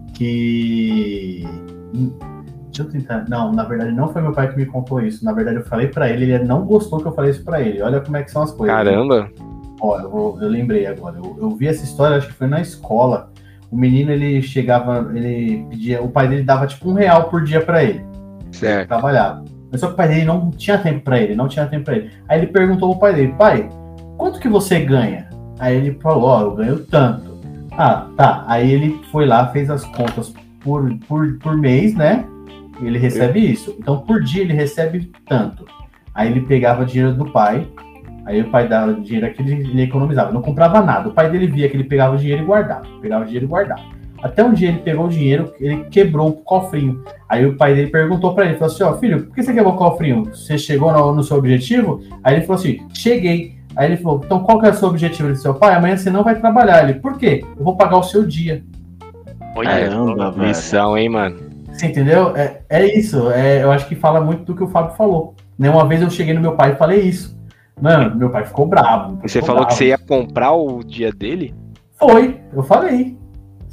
Deixa eu tentar... Não, na verdade não foi meu pai que me contou isso. Na verdade eu falei pra ele, ele não gostou que eu falei isso pra ele. Olha como é que são as coisas. Caramba! Ó, eu lembrei agora. Eu vi essa história, acho que foi na escola. O menino, ele chegava, ele pedia... O pai dele dava tipo R$1 por dia pra ele. Certo. Ele trabalhava. Mas só que o pai dele não tinha tempo pra ele, Aí ele perguntou pro pai dele, pai, quanto que você ganha? Aí ele falou, eu ganho tanto. Ah, tá. Aí ele foi lá, fez as contas por mês, né? Ele recebe isso. Então, por dia ele recebe tanto. Aí ele pegava dinheiro do pai. Aí o pai dava dinheiro que ele economizava. Não comprava nada. O pai dele via que ele pegava o dinheiro e guardava. Até um dia ele pegou o dinheiro, ele quebrou o cofrinho. Aí o pai dele perguntou pra ele, falou assim, filho, por que você quebrou o cofrinho? Você chegou no seu objetivo? Aí ele falou assim, cheguei. Aí ele falou, então qual que é o seu objetivo? Ele disse, seu pai, amanhã você não vai trabalhar. Ele, por quê? Eu vou pagar o seu dia. Caramba, missão, hein, mano? Você entendeu? É isso. Eu acho que fala muito do que o Fábio falou. Né? Uma vez eu cheguei no meu pai e falei isso. Mano, meu pai ficou bravo. E você falou que você ia comprar o dia dele? Foi, eu falei.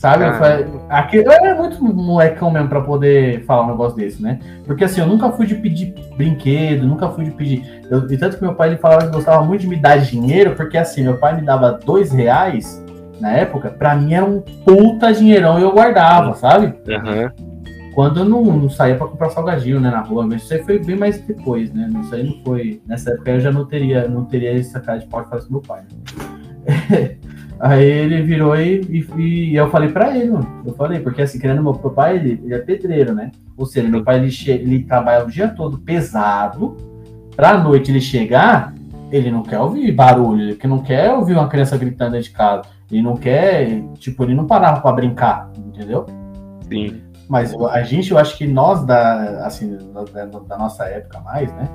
Sabe? Eu era muito molecão mesmo pra poder falar um negócio desse, né? Porque assim, eu nunca fui de pedir brinquedo, nunca fui de pedir. E tanto que meu pai ele falava que gostava muito de me dar dinheiro, porque assim, meu pai me dava R$2 na época, pra mim era um puta dinheirão e eu guardava, sabe? Quando eu não saía pra comprar salgadinho, né, na rua, mas isso aí foi bem mais depois, né? Isso aí não foi. Nessa época eu já não teria essa cara de pau que faz com meu pai. Né? Aí ele virou e eu falei pra ele, mano. Eu falei, porque assim, querendo meu pai, ele é pedreiro, né? Ou seja, meu pai ele trabalha o dia todo pesado, pra noite ele chegar, ele não quer ouvir barulho, ele não quer ouvir uma criança gritando dentro de casa. Ele não quer, tipo, ele não parava pra brincar, entendeu? Sim. Mas eu acho que nós, da nossa época mais, né,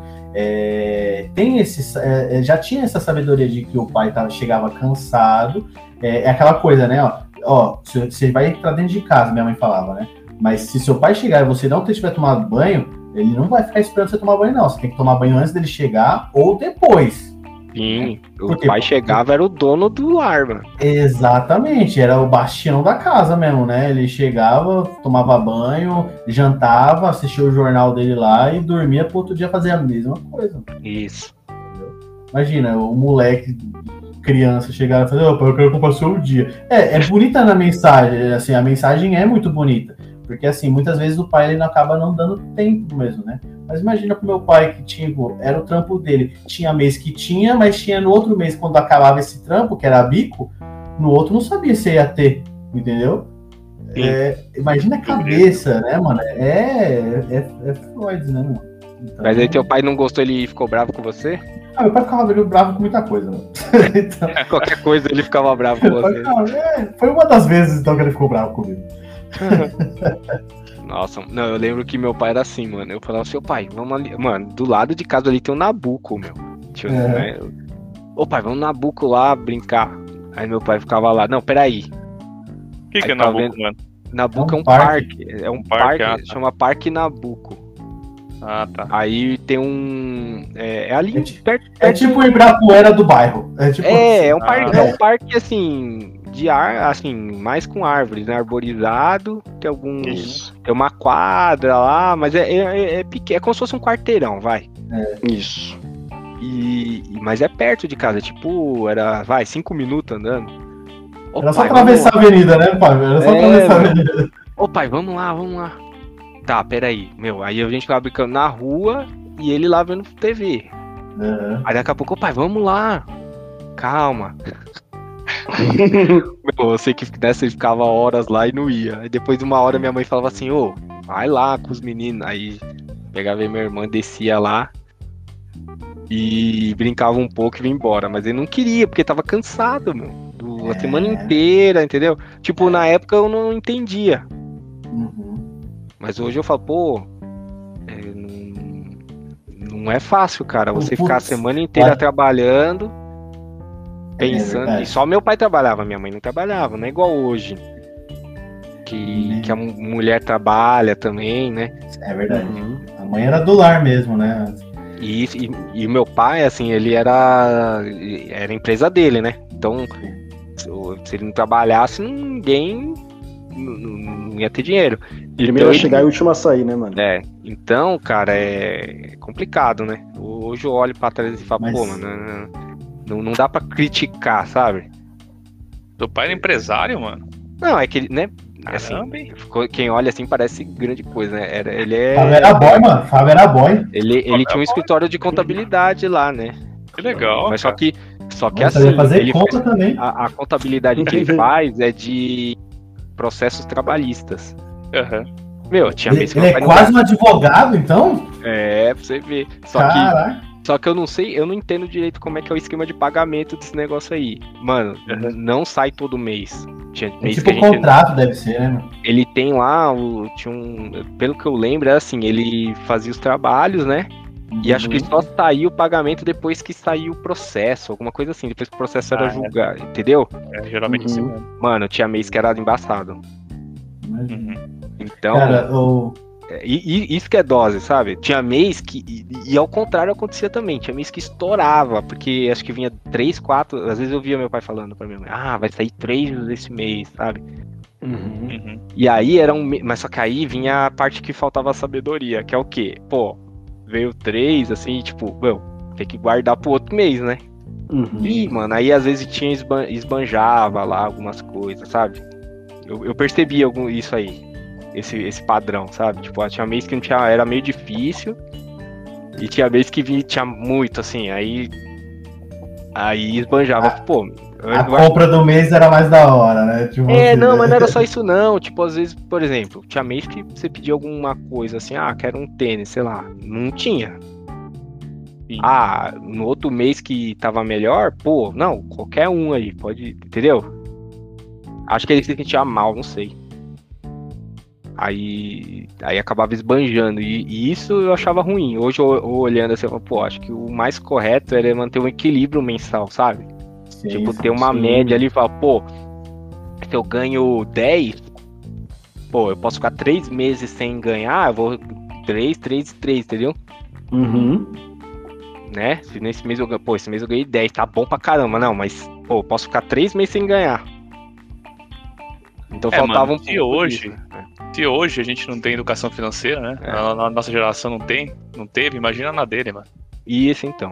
já tinha essa sabedoria de que o pai chegava cansado, é aquela coisa, né, ó, você vai entrar dentro de casa, minha mãe falava, né, mas se seu pai chegar e você não tiver tomado banho, ele não vai ficar esperando você tomar banho, não, você tem que tomar banho antes dele chegar ou depois. Sim, o pai chegava, era o dono do lar, mano. Exatamente, era o bastião da casa mesmo, né? Ele chegava, tomava banho, jantava, assistia o jornal dele lá e dormia pro outro dia fazer a mesma coisa. Isso. Entendeu? Imagina, o moleque, criança, chegar e fazer, pai, eu quero comprar o seu dia. É bonita na mensagem, assim, a mensagem é muito bonita. Porque, assim, muitas vezes o pai ele acaba não dando tempo mesmo, né? Mas imagina pro meu pai que tipo, era o trampo dele. Tinha mês que tinha, mas tinha no outro mês, quando acabava esse trampo, que era bico, no outro não sabia se ia ter, entendeu? Imagina a cabeça, né, mano? É Freud, né, mano? Então, mas aí teu pai não gostou, ele ficou bravo com você? Meu pai ficava bravo com muita coisa, mano. Então, qualquer coisa ele ficava bravo com você. Foi uma das vezes então que ele ficou bravo comigo. Nossa, não, eu lembro que meu pai era assim, mano. Eu falava, seu pai, vamos ali. Mano, do lado de casa ali tem um Nabucco, meu. Né? Ô pai, vamos no Nabucco lá brincar. Aí meu pai ficava lá, não, peraí. O que é Nabucco, mano? Nabucco é um parque. É um parque, tá. Chama Parque Nabucco. Ah, tá. Aí tem um. É ali perto. É tipo o Ibirapuera do bairro. É um parque assim. De ar, assim, mais com árvores, né? Arborizado, tem alguns. Tem uma quadra lá, mas é pequeno, é como se fosse um quarteirão, vai. Isso. Mas é perto de casa, tipo, era, 5 minutos andando. Era só atravessar a avenida, né, pai? Era só atravessar a avenida. Ô pai, vamos lá. Tá, peraí, meu, aí a gente tava brincando na rua e ele lá vendo TV. Aí daqui a pouco, ô pai, vamos lá. Calma. Eu sei que nessa ele ficava horas lá e não ia. Aí depois de uma hora minha mãe falava assim, vai lá com os meninos. Aí pegava minha irmã, descia lá e brincava um pouco e vinha embora. Mas ele não queria, porque tava cansado, meu. A semana inteira, entendeu? Tipo, na época eu não entendia. Mas hoje eu falo, não é fácil, cara. Você ficar a semana inteira trabalhando, pensando. E só meu pai trabalhava, minha mãe não trabalhava, não é igual hoje. Que a mulher trabalha também, né? É verdade. A mãe era do lar mesmo, né? E o meu pai, assim, ele era a empresa dele, né? Então, se ele não trabalhasse, ninguém não ia ter dinheiro. Primeiro a chegar e o último a sair, né, mano? Então, cara, é complicado, né? Hoje eu olho pra trás e falo, mano, não dá pra criticar, sabe? Teu pai era empresário, mano? Não, é que ele, né? Assim, quem olha assim parece grande coisa, né? Ele é. Fábio era boy, mano. Fábio era boy. Ele tinha um escritório de contabilidade lá, né? Que legal. Mas só que assim, fazer conta também. A contabilidade que ele faz é de processos trabalhistas. Meu, tinha mês que ele é quase um advogado, então? É, pra você ver. Só que eu não sei, eu não entendo direito como é que é o esquema de pagamento desse negócio aí. Mano, não sai todo mês. É tipo um contrato, deve ser, né, mano? Ele tem lá, pelo que eu lembro, é assim, ele fazia os trabalhos, né? E acho que só saiu o pagamento depois que saiu o processo, alguma coisa assim, depois que o processo era julgado, entendeu? Geralmente assim mesmo. Mano, tinha mês que era embaçado. Então, cara, isso que é dose, sabe? Tinha mês que, e ao contrário acontecia também, tinha mês que estourava, porque acho que vinha 3, 4, às vezes eu via meu pai falando pra minha mãe, vai sair 3 esse mês, sabe? E aí mas só que aí vinha a parte que faltava sabedoria, que é o quê? Pô, veio 3, assim, tipo, tem que guardar pro outro mês, né? E, mano, aí às vezes esbanjava lá algumas coisas, sabe? Eu percebi isso aí, esse padrão, sabe? Tipo, tinha mês que não tinha, era meio difícil, e tinha mês que tinha muito, assim, aí esbanjava, pô. A compra do mês era mais da hora, né? Tipo, não, mas não era só isso não. Tipo, às vezes, por exemplo, tinha mês que você pedia alguma coisa assim, quero um tênis, sei lá. Não tinha. Sim. No outro mês que tava melhor, pô, não, qualquer um aí, pode, entendeu? Acho que ele se sentia mal, não sei. Aí acabava esbanjando, e isso eu achava ruim. Hoje, olhando assim, eu falo, pô, acho que o mais correto era manter um equilíbrio mensal, sabe? Sim, tipo, ter uma média ali e falar, pô, se eu ganho 10, pô, eu posso ficar 3 meses sem ganhar, eu vou 3, entendeu? Né? Se nesse mês esse mês eu ganhei 10, tá bom pra caramba, não, mas, pô, eu posso ficar 3 meses sem ganhar. Então faltava um pouco disso, né? Se hoje a gente não tem educação financeira, né? A nossa geração não teve, imagina na dele, mano. Isso, então.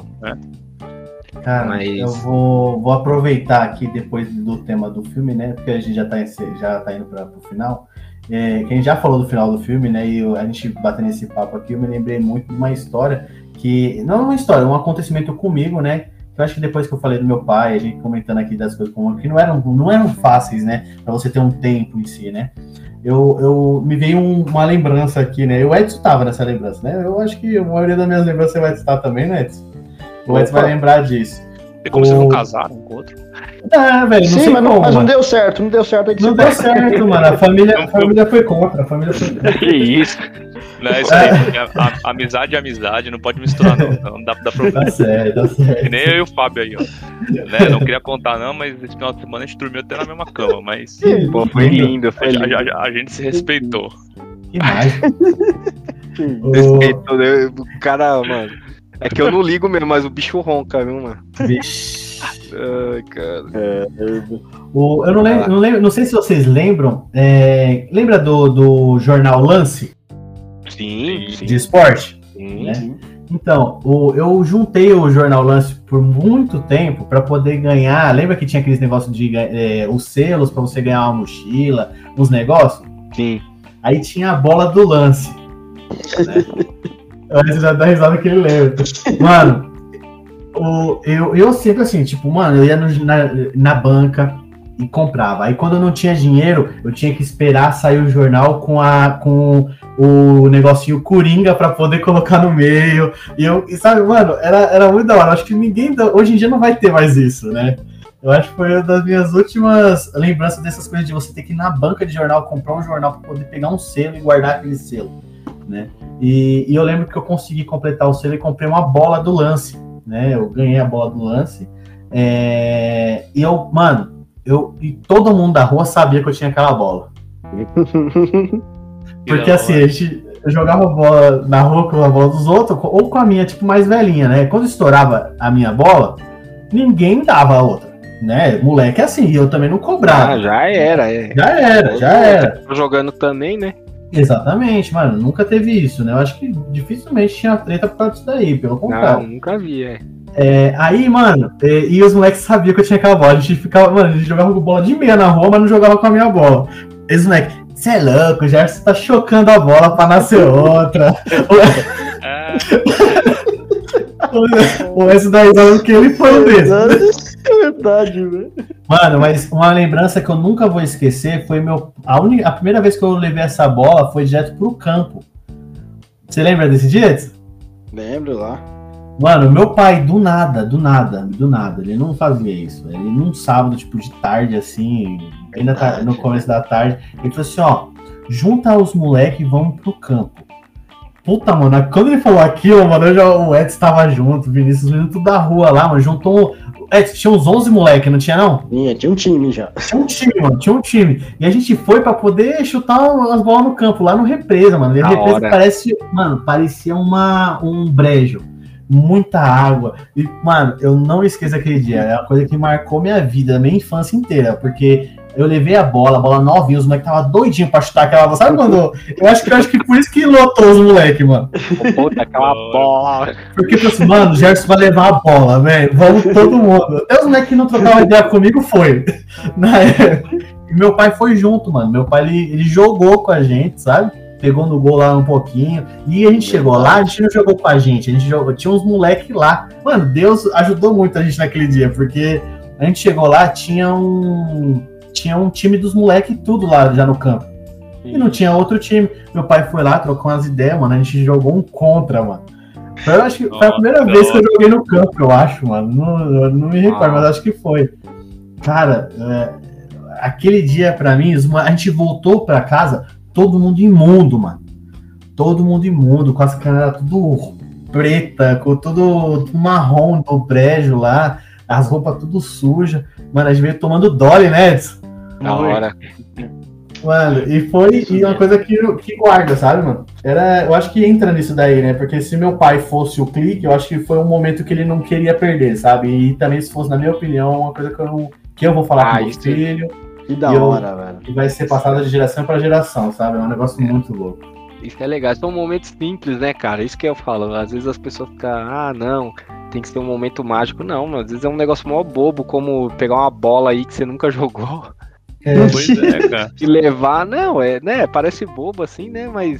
Cara, eu vou aproveitar aqui depois do tema do filme, né? Porque a gente já tá indo pro final. Quem já falou do final do filme, né? E a gente batendo esse papo aqui, eu me lembrei muito de uma história que... Não uma história, um acontecimento comigo, né? Eu acho que depois que eu falei do meu pai, a gente comentando aqui das coisas que não eram fáceis, né? Pra você ter um tempo em si, né? Me veio uma lembrança aqui, né? O Edson tava nessa lembrança, né? Eu acho que a maioria das minhas lembranças você vai estar também, né, Edson? O Edson vai lembrar disso. E como vocês não casaram um com o outro? Velho, não sei como. Mas não deu certo. Não deu certo, mano. A família foi contra. Que isso? Não, isso aí, amizade é amizade, não pode misturar não dá problema. Tá certo. Que nem eu e o Fábio aí, ó. Né? Não queria contar não, mas esse final de semana a gente dormiu até na mesma cama, mas... Pô, foi lindo, A gente se respeitou. Que mágico. Respeitou, né? O cara, mano... É que eu não ligo mesmo, mas o bicho ronca, viu, mano? Vixe. Ai, cara. Eu não lembro, não sei se vocês lembram. Lembra do jornal Lance? Sim. De esporte? Sim. Né? Então, eu juntei o jornal Lance por muito tempo para poder ganhar. Lembra que tinha aqueles negócios de os selos para você ganhar uma mochila, uns negócios? Sim. Aí tinha a bola do Lance. Né? Você já dá risada que ele lembra. Mano, eu sempre assim, tipo, mano, eu ia na banca e comprava. Aí quando eu não tinha dinheiro, eu tinha que esperar sair o jornal com o negocinho Coringa pra poder colocar no meio. E sabe, mano, era muito da hora. Acho que hoje em dia não vai ter mais isso, né? Eu acho que foi uma das minhas últimas lembranças dessas coisas de você ter que ir na banca de jornal, comprar um jornal pra poder pegar um selo e guardar aquele selo, né? E eu lembro que eu consegui completar o selo e comprei uma bola do Lance, né? Eu ganhei a bola do Lance. E todo mundo da rua sabia que eu tinha aquela bola. Porque assim, eu jogava bola na rua com a bola dos outros, ou com a minha, tipo, mais velhinha, né? Quando estourava a minha bola, ninguém dava a outra, né? Moleque é assim, e eu também não cobrava. Já era. Já era. Tô jogando também, né? Exatamente, mano, nunca teve isso, né? Eu acho que dificilmente tinha treta por causa disso daí, pelo contrário. Não, nunca vi, Aí, mano, e os moleques sabiam que eu tinha aquela bola. A gente jogava com bola de meia na rua, mas não jogava com a minha bola. Esse moleque, você é louco, o Gerson tá chocando a bola pra nascer outra. Esse daí sabe que ele foi mesmo. É verdade, velho. Mano, mas uma lembrança que eu nunca vou esquecer foi a primeira vez que eu levei essa bola foi direto pro campo. Você lembra desse dia, Edson? Lembro lá. Mano, meu pai, do nada, ele não fazia isso. Ele num sábado, tipo, de tarde, assim, ainda no começo da tarde, ele falou assim, ó, junta os moleques e vamos pro campo. Puta, mano, quando ele falou aquilo, mano, o Edson tava junto, Vinícius, tudo da rua lá, mano, juntou... Edson, tinha uns 11 moleques, não tinha não? Tinha um time já. Tinha um time. E a gente foi pra poder chutar as bolas no campo, lá no Represa, mano. E a Represa parecia um brejo. Muita água. E, mano, eu não esqueço aquele dia. É uma coisa que marcou minha vida, minha infância inteira. Porque Eu levei a bola novinha, os moleques tava doidinho pra chutar aquela bola. Sabe quando... Eu acho que por isso que lotou os moleques, mano. Puta, aquela bola. Porque eu falei assim, mano, o Gerson vai levar a bola, velho. Vamos todo mundo. Até os moleques que não trocavam ideia comigo foi. E meu pai foi junto, mano. Meu pai, ele jogou com a gente, sabe? Pegou no gol lá um pouquinho. E a gente chegou lá, a gente não jogou com a gente jogou, tinha uns moleques lá. Mano, Deus ajudou muito a gente naquele dia, porque a gente chegou lá, tinha um time dos moleques tudo lá já no campo. E não tinha outro time. Meu pai foi lá, trocou umas ideias, mano. A gente jogou um contra, mano. Eu acho que foi a primeira vez que eu joguei no campo, eu acho, mano. Não me recordo, mas acho que foi. Cara, aquele dia pra mim, a gente voltou pra casa, todo mundo imundo, mano. Todo mundo imundo, com as canelas tudo preta, com tudo marrom do brejo lá, as roupas tudo sujas. Mano, a gente veio tomando Dolly, né, Edson? Na hora. Mano, e uma coisa que guarda, sabe, mano? Eu acho que entra nisso daí, né? Porque se meu pai fosse o Clique, eu acho que foi um momento que ele não queria perder, sabe? E também, se fosse, na minha opinião, uma coisa que eu vou falar com meu filho. Que da hora, velho. E vai ser passada de geração para geração, sabe? É um negócio muito louco. Isso é legal, são momentos simples, né, cara? Isso que eu falo. Às vezes as pessoas ficam, não, tem que ser um momento mágico. Não, às vezes é um negócio mó bobo, como pegar uma bola aí que você nunca jogou. Pois é, cara. E levar, não, né? Parece bobo assim, né? Mas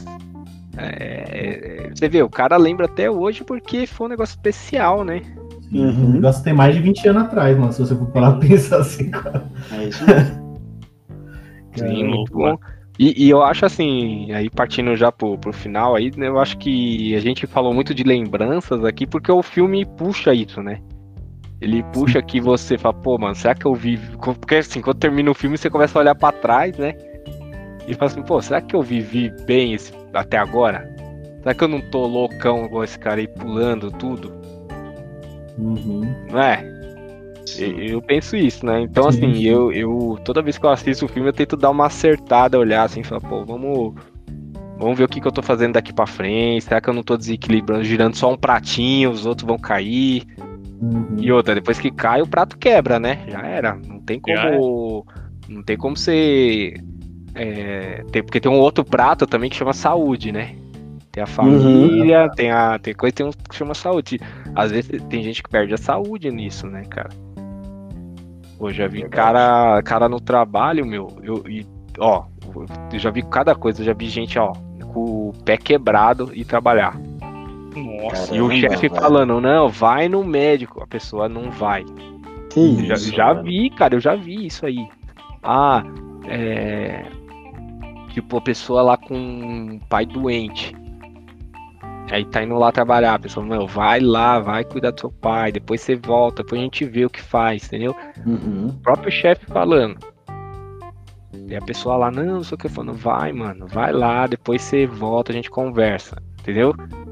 você vê, o cara lembra até hoje porque foi um negócio especial, né? O negócio tem mais de 20 anos atrás, mano, se você for parar pra pensar assim, cara. É isso mesmo. Sim, muito bom. E eu acho assim, aí partindo já pro final aí, né, eu acho que a gente falou muito de lembranças aqui porque o filme puxa isso, né? Ele puxa que você fala, pô, mano, será que eu vivi... Porque assim, quando termina o filme, você começa a olhar pra trás, né? E fala assim, pô, será que eu vivi bem até agora? Será que eu não tô loucão igual esse cara aí pulando tudo? Não é? Eu penso isso, né? Então, assim, eu toda vez que eu assisto o filme, eu tento dar uma acertada, olhar assim, falar, pô, vamos ver o que eu tô fazendo daqui pra frente. Será que eu não tô desequilibrando, girando só um pratinho, os outros vão cair? E outra, depois que cai, o prato quebra, né? Já era. Não tem como ser. Porque tem um outro prato também que chama saúde, né? Tem a família, tem coisa, tem um que chama saúde. Às vezes tem gente que perde a saúde nisso, né, cara? Pô, já vi cara no trabalho, meu. Eu já vi cada coisa, já vi gente, com o pé quebrado e trabalhar. Nossa, e o chefe falando, não, vai no médico, a pessoa não vai. Já vi, cara, eu já vi isso aí. Tipo, a pessoa lá com um pai doente. Aí tá indo lá trabalhar, a pessoa, meu, vai lá, vai cuidar do seu pai, depois você volta, depois a gente vê o que faz, entendeu? O próprio chefe falando. E a pessoa lá, não sei o que, falando, vai, mano, vai lá, depois você volta, a gente conversa, entendeu?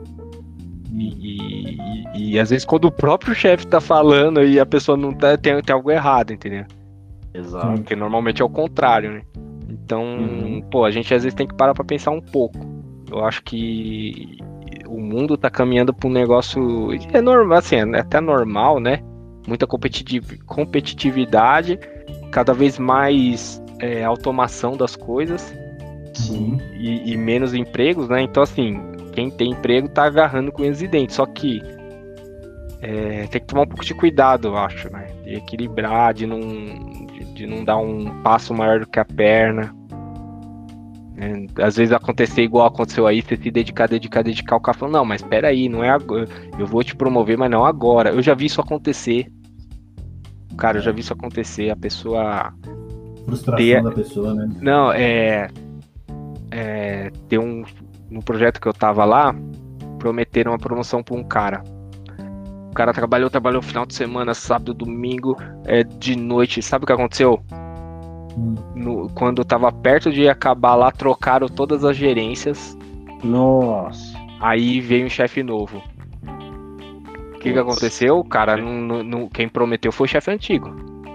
E às vezes quando o próprio chefe tá falando e a pessoa não tá, tem algo errado, entendeu? Exato. Porque normalmente é o contrário, né? Então, pô, a gente às vezes tem que parar pra pensar um pouco. Eu acho que o mundo tá caminhando pra um negócio, é normal, assim, é até normal, né? Muita competitividade, cada vez mais automação das coisas. Sim. E menos empregos, né? Então, assim, quem tem emprego tá agarrando com os dentes. Só que tem que tomar um pouco de cuidado, eu acho, né? De equilibrar, de não dar um passo maior do que a perna. Às vezes acontecer igual aconteceu aí, você se dedicar, o cara falando, não, mas espera aí, não é agora, eu vou te promover, mas não agora. Eu já vi isso acontecer. Cara, eu já vi isso acontecer, a pessoa... Frustração da pessoa, né? Não, tem no projeto que eu tava lá, prometeram uma promoção pra um cara. O cara trabalhou final de semana, sábado, domingo, de noite. Sabe o que aconteceu? Quando tava perto de acabar lá, trocaram todas as gerências. Nossa. Aí veio um chefe novo. O que aconteceu? O cara, quem prometeu foi o chefe antigo.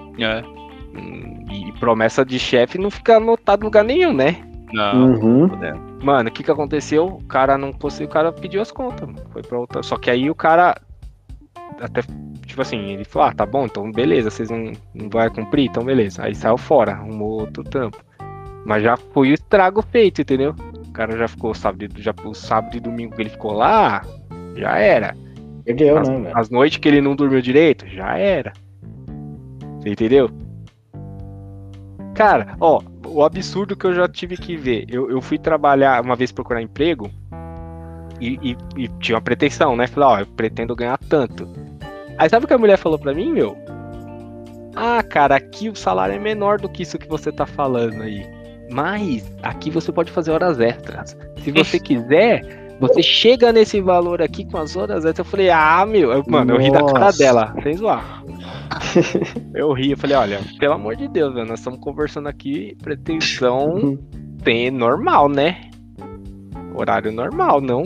E promessa de chefe não fica anotado em lugar nenhum, né? Não. Mano, o que aconteceu? O cara não conseguiu, o cara pediu as contas, foi pra outra. Só que aí o cara até, tipo assim, ele falou, tá bom, então beleza, vocês não vão cumprir, então beleza. Aí saiu fora, arrumou outro trampo. Mas já foi o estrago feito, entendeu? O cara já ficou, o sábado e domingo que ele ficou lá, já era. Perdeu, né, velho? As noites que ele não dormiu direito, já era. Você entendeu? Cara, ó, o absurdo que eu já tive que ver. Eu fui trabalhar, uma vez procurar emprego, e tinha uma pretensão, né? Falei, ó, eu pretendo ganhar tanto. Aí sabe o que a mulher falou pra mim, meu? Ah, cara, aqui o salário é menor do que isso que você tá falando aí. Mas aqui você pode fazer horas extras. Se você quiser, você chega nesse valor aqui com as horas extras. Eu falei, mano, eu ri da cara dela, sem zoar. Eu ri, eu falei, olha, pelo amor de Deus, velho, nós estamos conversando aqui, pretensão tem normal, né? Horário normal, não.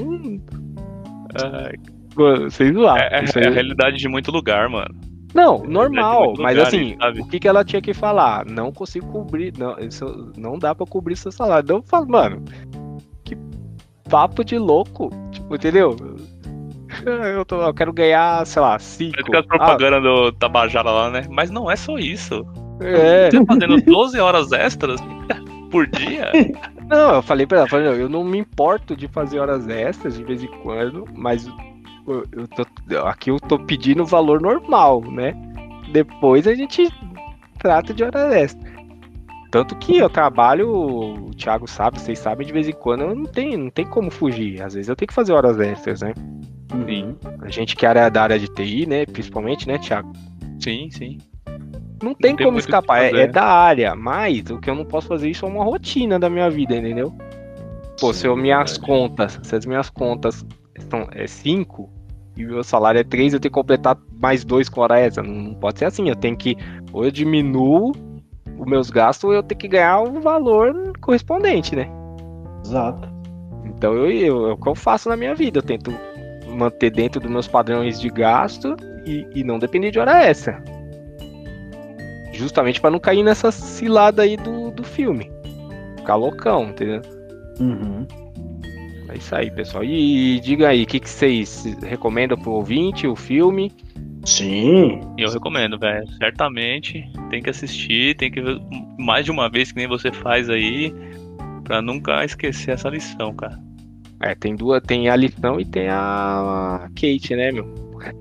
Sem zoar. É a realidade de muito lugar, mano. Não, normal, mas assim, sabe? O que ela tinha que falar? Não consigo cobrir, isso não dá pra cobrir seu salário. Então eu falo, mano, que papo de louco, tipo, entendeu? Eu quero ganhar, sei lá, 5. Fica a propaganda do Tabajara lá, né? Mas não é só isso. É. Você fazendo 12 horas extras por dia? Não, eu falei pra ela, eu não me importo de fazer horas extras de vez em quando, mas aqui eu tô pedindo o valor normal, né? Depois a gente trata de horas extras. Tanto que eu trabalho, o Thiago sabe, vocês sabem, de vez em quando eu não tem como fugir. Às vezes eu tenho que fazer horas extras, né? Sim. A gente que é da área de TI, né? Principalmente, né, Thiago? Sim, sim. Não tem como escapar, é da área, mas o que eu não posso fazer isso é uma rotina da minha vida, entendeu? Pô, sim, se as minhas contas são 5 e o meu salário é 3, eu tenho que completar mais 2 com hora extra. Não pode ser assim, ou eu diminuo os meus gastos ou eu tenho que ganhar o valor correspondente, né? Exato. Então é o que eu faço na minha vida, eu tento manter dentro dos meus padrões de gasto e não depender de hora extra. Justamente para não cair nessa cilada aí do filme. Ficar loucão, entendeu? Uhum. É isso aí, pessoal. E diga aí, o que vocês recomendam pro ouvinte, o filme? Sim. Eu recomendo, velho. Certamente tem que assistir, tem que ver mais de uma vez que nem você faz aí, pra nunca esquecer essa lição, cara. Tem a lição e tem a Kate, né, meu?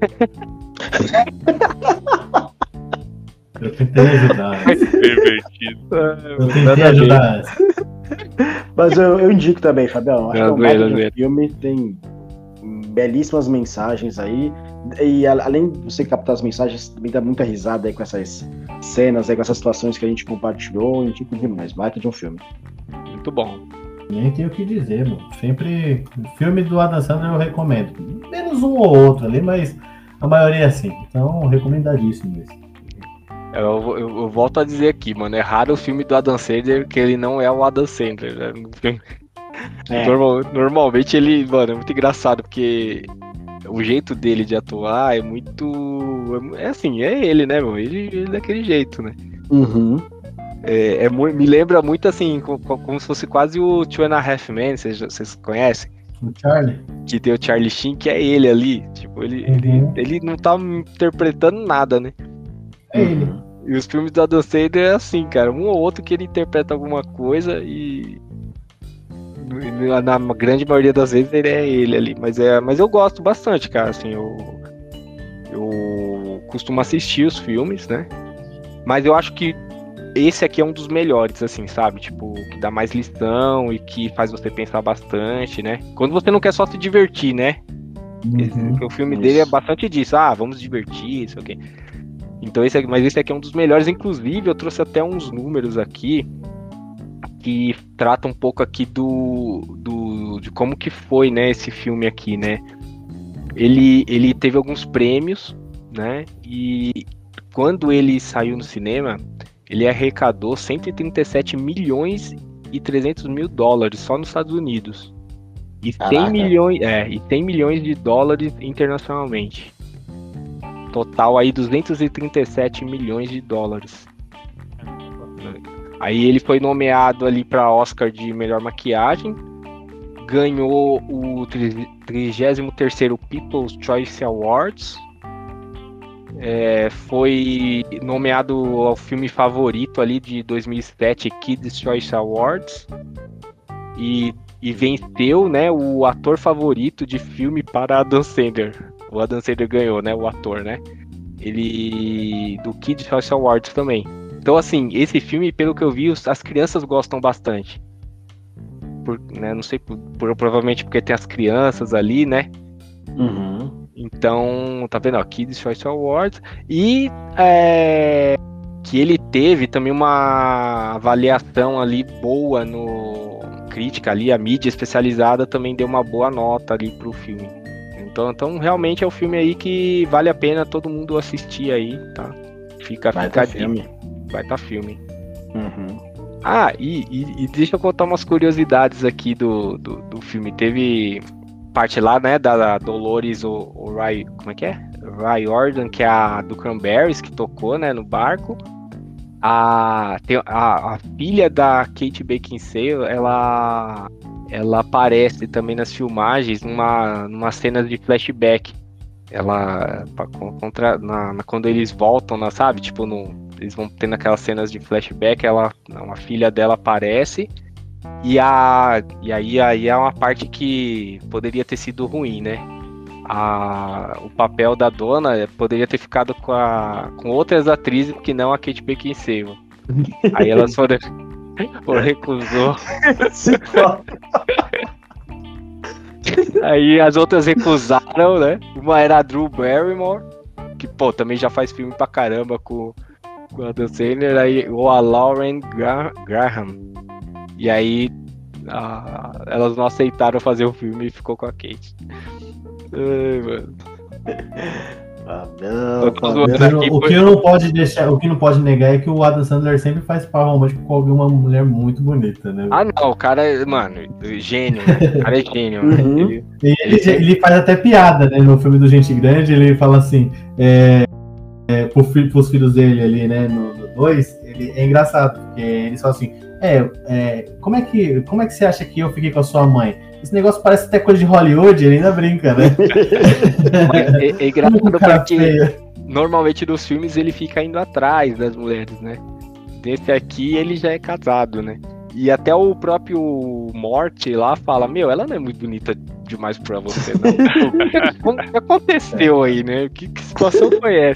Eu tentei ajudar. Pervertido. Eu tentei ajudar. Mas eu indico também, Fabião. Acho que é um baita de um filme, tem belíssimas mensagens aí. E além de você captar as mensagens, também dá muita risada aí com essas cenas, aí, com essas situações que a gente compartilhou. Indico demais, baita de um filme. Muito bom. Nem tenho o que dizer, mano. Sempre. Filme do Adam Sandler eu recomendo. Menos um ou outro ali, mas a maioria é assim. Então, recomendadíssimo isso. Eu volto a dizer aqui, mano, é raro o filme do Adam Sandler que ele não é o Adam Sandler, né? Normalmente ele, mano, é muito engraçado, porque o jeito dele de atuar é muito... É assim, é ele, né, mano? Ele é daquele jeito, né? Uhum. Me lembra muito, assim, como se fosse quase o Two and a Half Men, vocês conhecem? O Charlie? Que tem o Charlie Sheen, que é ele ali. Tipo, ele não tá interpretando nada, né? É ele. E os filmes do Adam Sandler é assim, cara. Um ou outro que ele interpreta alguma coisa e... Na grande maioria das vezes ele é ele ali. Mas eu gosto bastante, cara. Assim, eu costumo assistir os filmes, né? Mas eu acho que esse aqui é um dos melhores, assim, sabe? Tipo, que dá mais lição e que faz você pensar bastante, né? Quando você não quer só se divertir, né? O filme dele é bastante disso. Ah, vamos divertir, isso aqui. Então mas esse aqui é um dos melhores. Inclusive, eu trouxe até uns números aqui que trata um pouco aqui de como que foi, né, esse filme aqui, né? Ele teve alguns prêmios, né? E quando ele saiu no cinema, ele arrecadou 137 milhões e 300 mil dólares só nos Estados Unidos. E 100 milhões de dólares internacionalmente. Total aí 237 milhões de dólares. Aí ele foi nomeado ali para Oscar de melhor maquiagem, ganhou o 33º People's Choice Awards foi nomeado ao filme favorito ali de 2007, Kids' Choice Awards, e venceu, né, o ator favorito de filme para Adam Sandler. O Adam Sandler ganhou, né, o ator, né? Ele do Kids' Choice Awards também. Então, assim, esse filme, pelo que eu vi, as crianças gostam bastante. Né, não sei, provavelmente porque tem as crianças ali, né? Uhum. Então, tá vendo, ó, Kids' Choice Awards. E que ele teve também uma avaliação ali boa no crítica ali, a mídia especializada também deu uma boa nota ali pro filme. Então realmente é um filme aí que vale a pena todo mundo assistir aí, tá? Fica filme. Vai tá filme. Uhum. E deixa eu contar umas curiosidades aqui do filme. Teve parte lá, né, da Dolores O'Riordan, como é que é? Riordan, que é a do Cranberries, que tocou, né, no barco. A filha da Kate Beckinsale, ela aparece também nas filmagens numa cena de flashback. Ela quando eles voltam, sabe, tipo, eles vão tendo aquelas cenas de flashback, uma filha dela aparece. E aí é uma parte que poderia ter sido ruim, né? O papel da dona poderia ter ficado com outras atrizes que não a Kate Beckinsale. Aí elas foram recusou. Aí as outras recusaram, né? Uma era a Drew Barrymore, que também já faz filme pra caramba com a Adam Sandler, ou a Lauren Graham. E aí elas não aceitaram fazer o filme e ficou com a Kate. Ai, mano. O que não pode negar é que o Adam Sandler sempre faz par romântico com alguma mulher muito bonita, né? Não, o cara, mano, gênio, o cara é gênio. Uhum. Né? Ele faz até piada, né? No filme do Gente Grande, ele fala assim, pros filhos dele ali, né? No 2, ele é engraçado, porque eles falam assim, como é que você acha que eu fiquei com a sua mãe? Esse negócio parece até coisa de Hollywood, ele ainda brinca, né? Mas é engraçado porque normalmente nos filmes ele fica indo atrás das mulheres, né? Nesse aqui ele já é casado, né? E até o próprio Morty lá fala, ela não é muito bonita demais pra você, não. O que aconteceu aí, né? Que situação foi essa?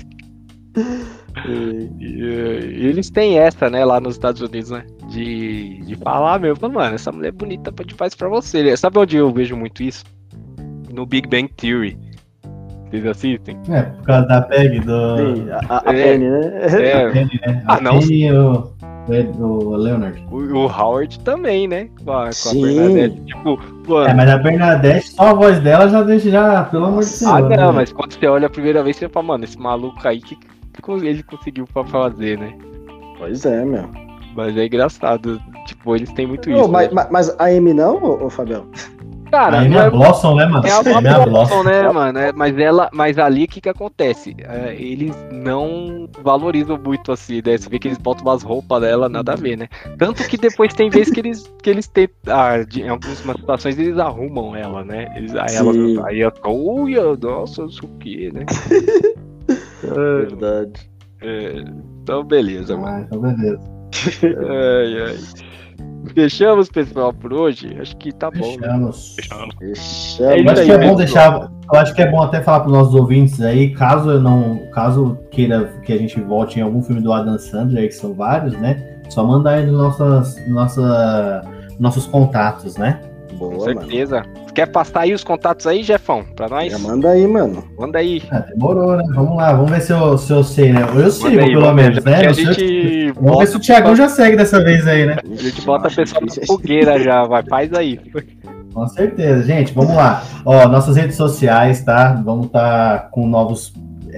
E eles têm essa, né, lá nos Estados Unidos, né? De falar, mano, essa mulher é bonita demais pra você. Sabe onde eu vejo muito isso? No Big Bang Theory. Vocês assistem? Por causa da Peg do. Sim, a Penny, né? A Penny, né? Não. E o Leonard. O Howard também, né? Com a Sim. Bernadette. Tipo, mano. Mas a Bernadette, só a voz dela já deixa, pelo amor de Deus. Não, né? mas quando você olha a primeira vez, você fala, mano, esse maluco aí, que ele conseguiu pra fazer, né? Pois é, meu. Mas é engraçado, tipo, eles têm muito isso. Mas a Amy não, ô Fabião? Cara, a Amy é Blossom, né, mano? É a Blossom, né, mano? Mas ali o que acontece? Eles não valorizam muito assim, né? Você vê que eles botam umas roupas dela, nada a ver, né? Tanto que depois tem vezes que eles têm. Em algumas situações eles arrumam ela, né? Aí ela fica, nossa, não sei o que, né? Verdade. Então, beleza, mano. Então, beleza. Ai. Fechamos, pessoal, por hoje? Acho que tá bom. Fechamos. Eu acho que é bom até falar para os nossos ouvintes aí, caso queira que a gente volte em algum filme do Adam Sandler, que são vários, né? Só mandar aí nos nossos contatos, né? Boa, com certeza. Mano. Quer passar aí os contatos aí, Jefão? Pra nós? Já manda aí, mano. Manda aí. Demorou, né? Vamos lá, vamos ver se eu sei, né? Eu sigo, pelo menos, né? Vamos ver se o Thiagão já segue dessa vez aí, né? A gente bota a pessoa na fogueira já, vai. Faz aí. Com certeza, gente. Vamos lá. Ó, nossas redes sociais, tá? Vamos estar com novos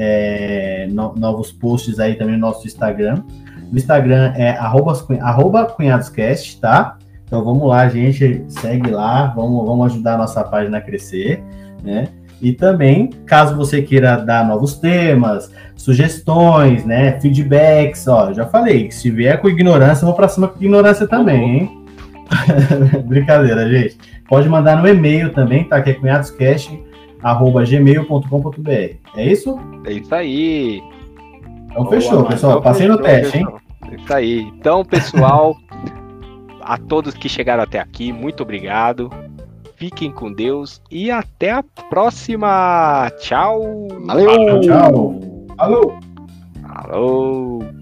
posts aí também no nosso Instagram. O Instagram é @cunhadoscast, tá? Então vamos lá, gente, segue lá, vamos ajudar a nossa página a crescer, né? E também, caso você queira dar novos temas, sugestões, né, feedbacks, ó, já falei, se vier com ignorância, eu vou pra cima com ignorância também, hein? Brincadeira, gente. Pode mandar no e-mail também, tá? Que é cunhadoscast, @gmail.com.br. É isso? É isso aí. Então fechou, pessoal. Então, passei no teste, hein? É isso aí. Então, pessoal, a todos que chegaram até aqui, muito obrigado. Fiquem com Deus e até a próxima. Tchau. Valeu. Tchau. Alô. Alô.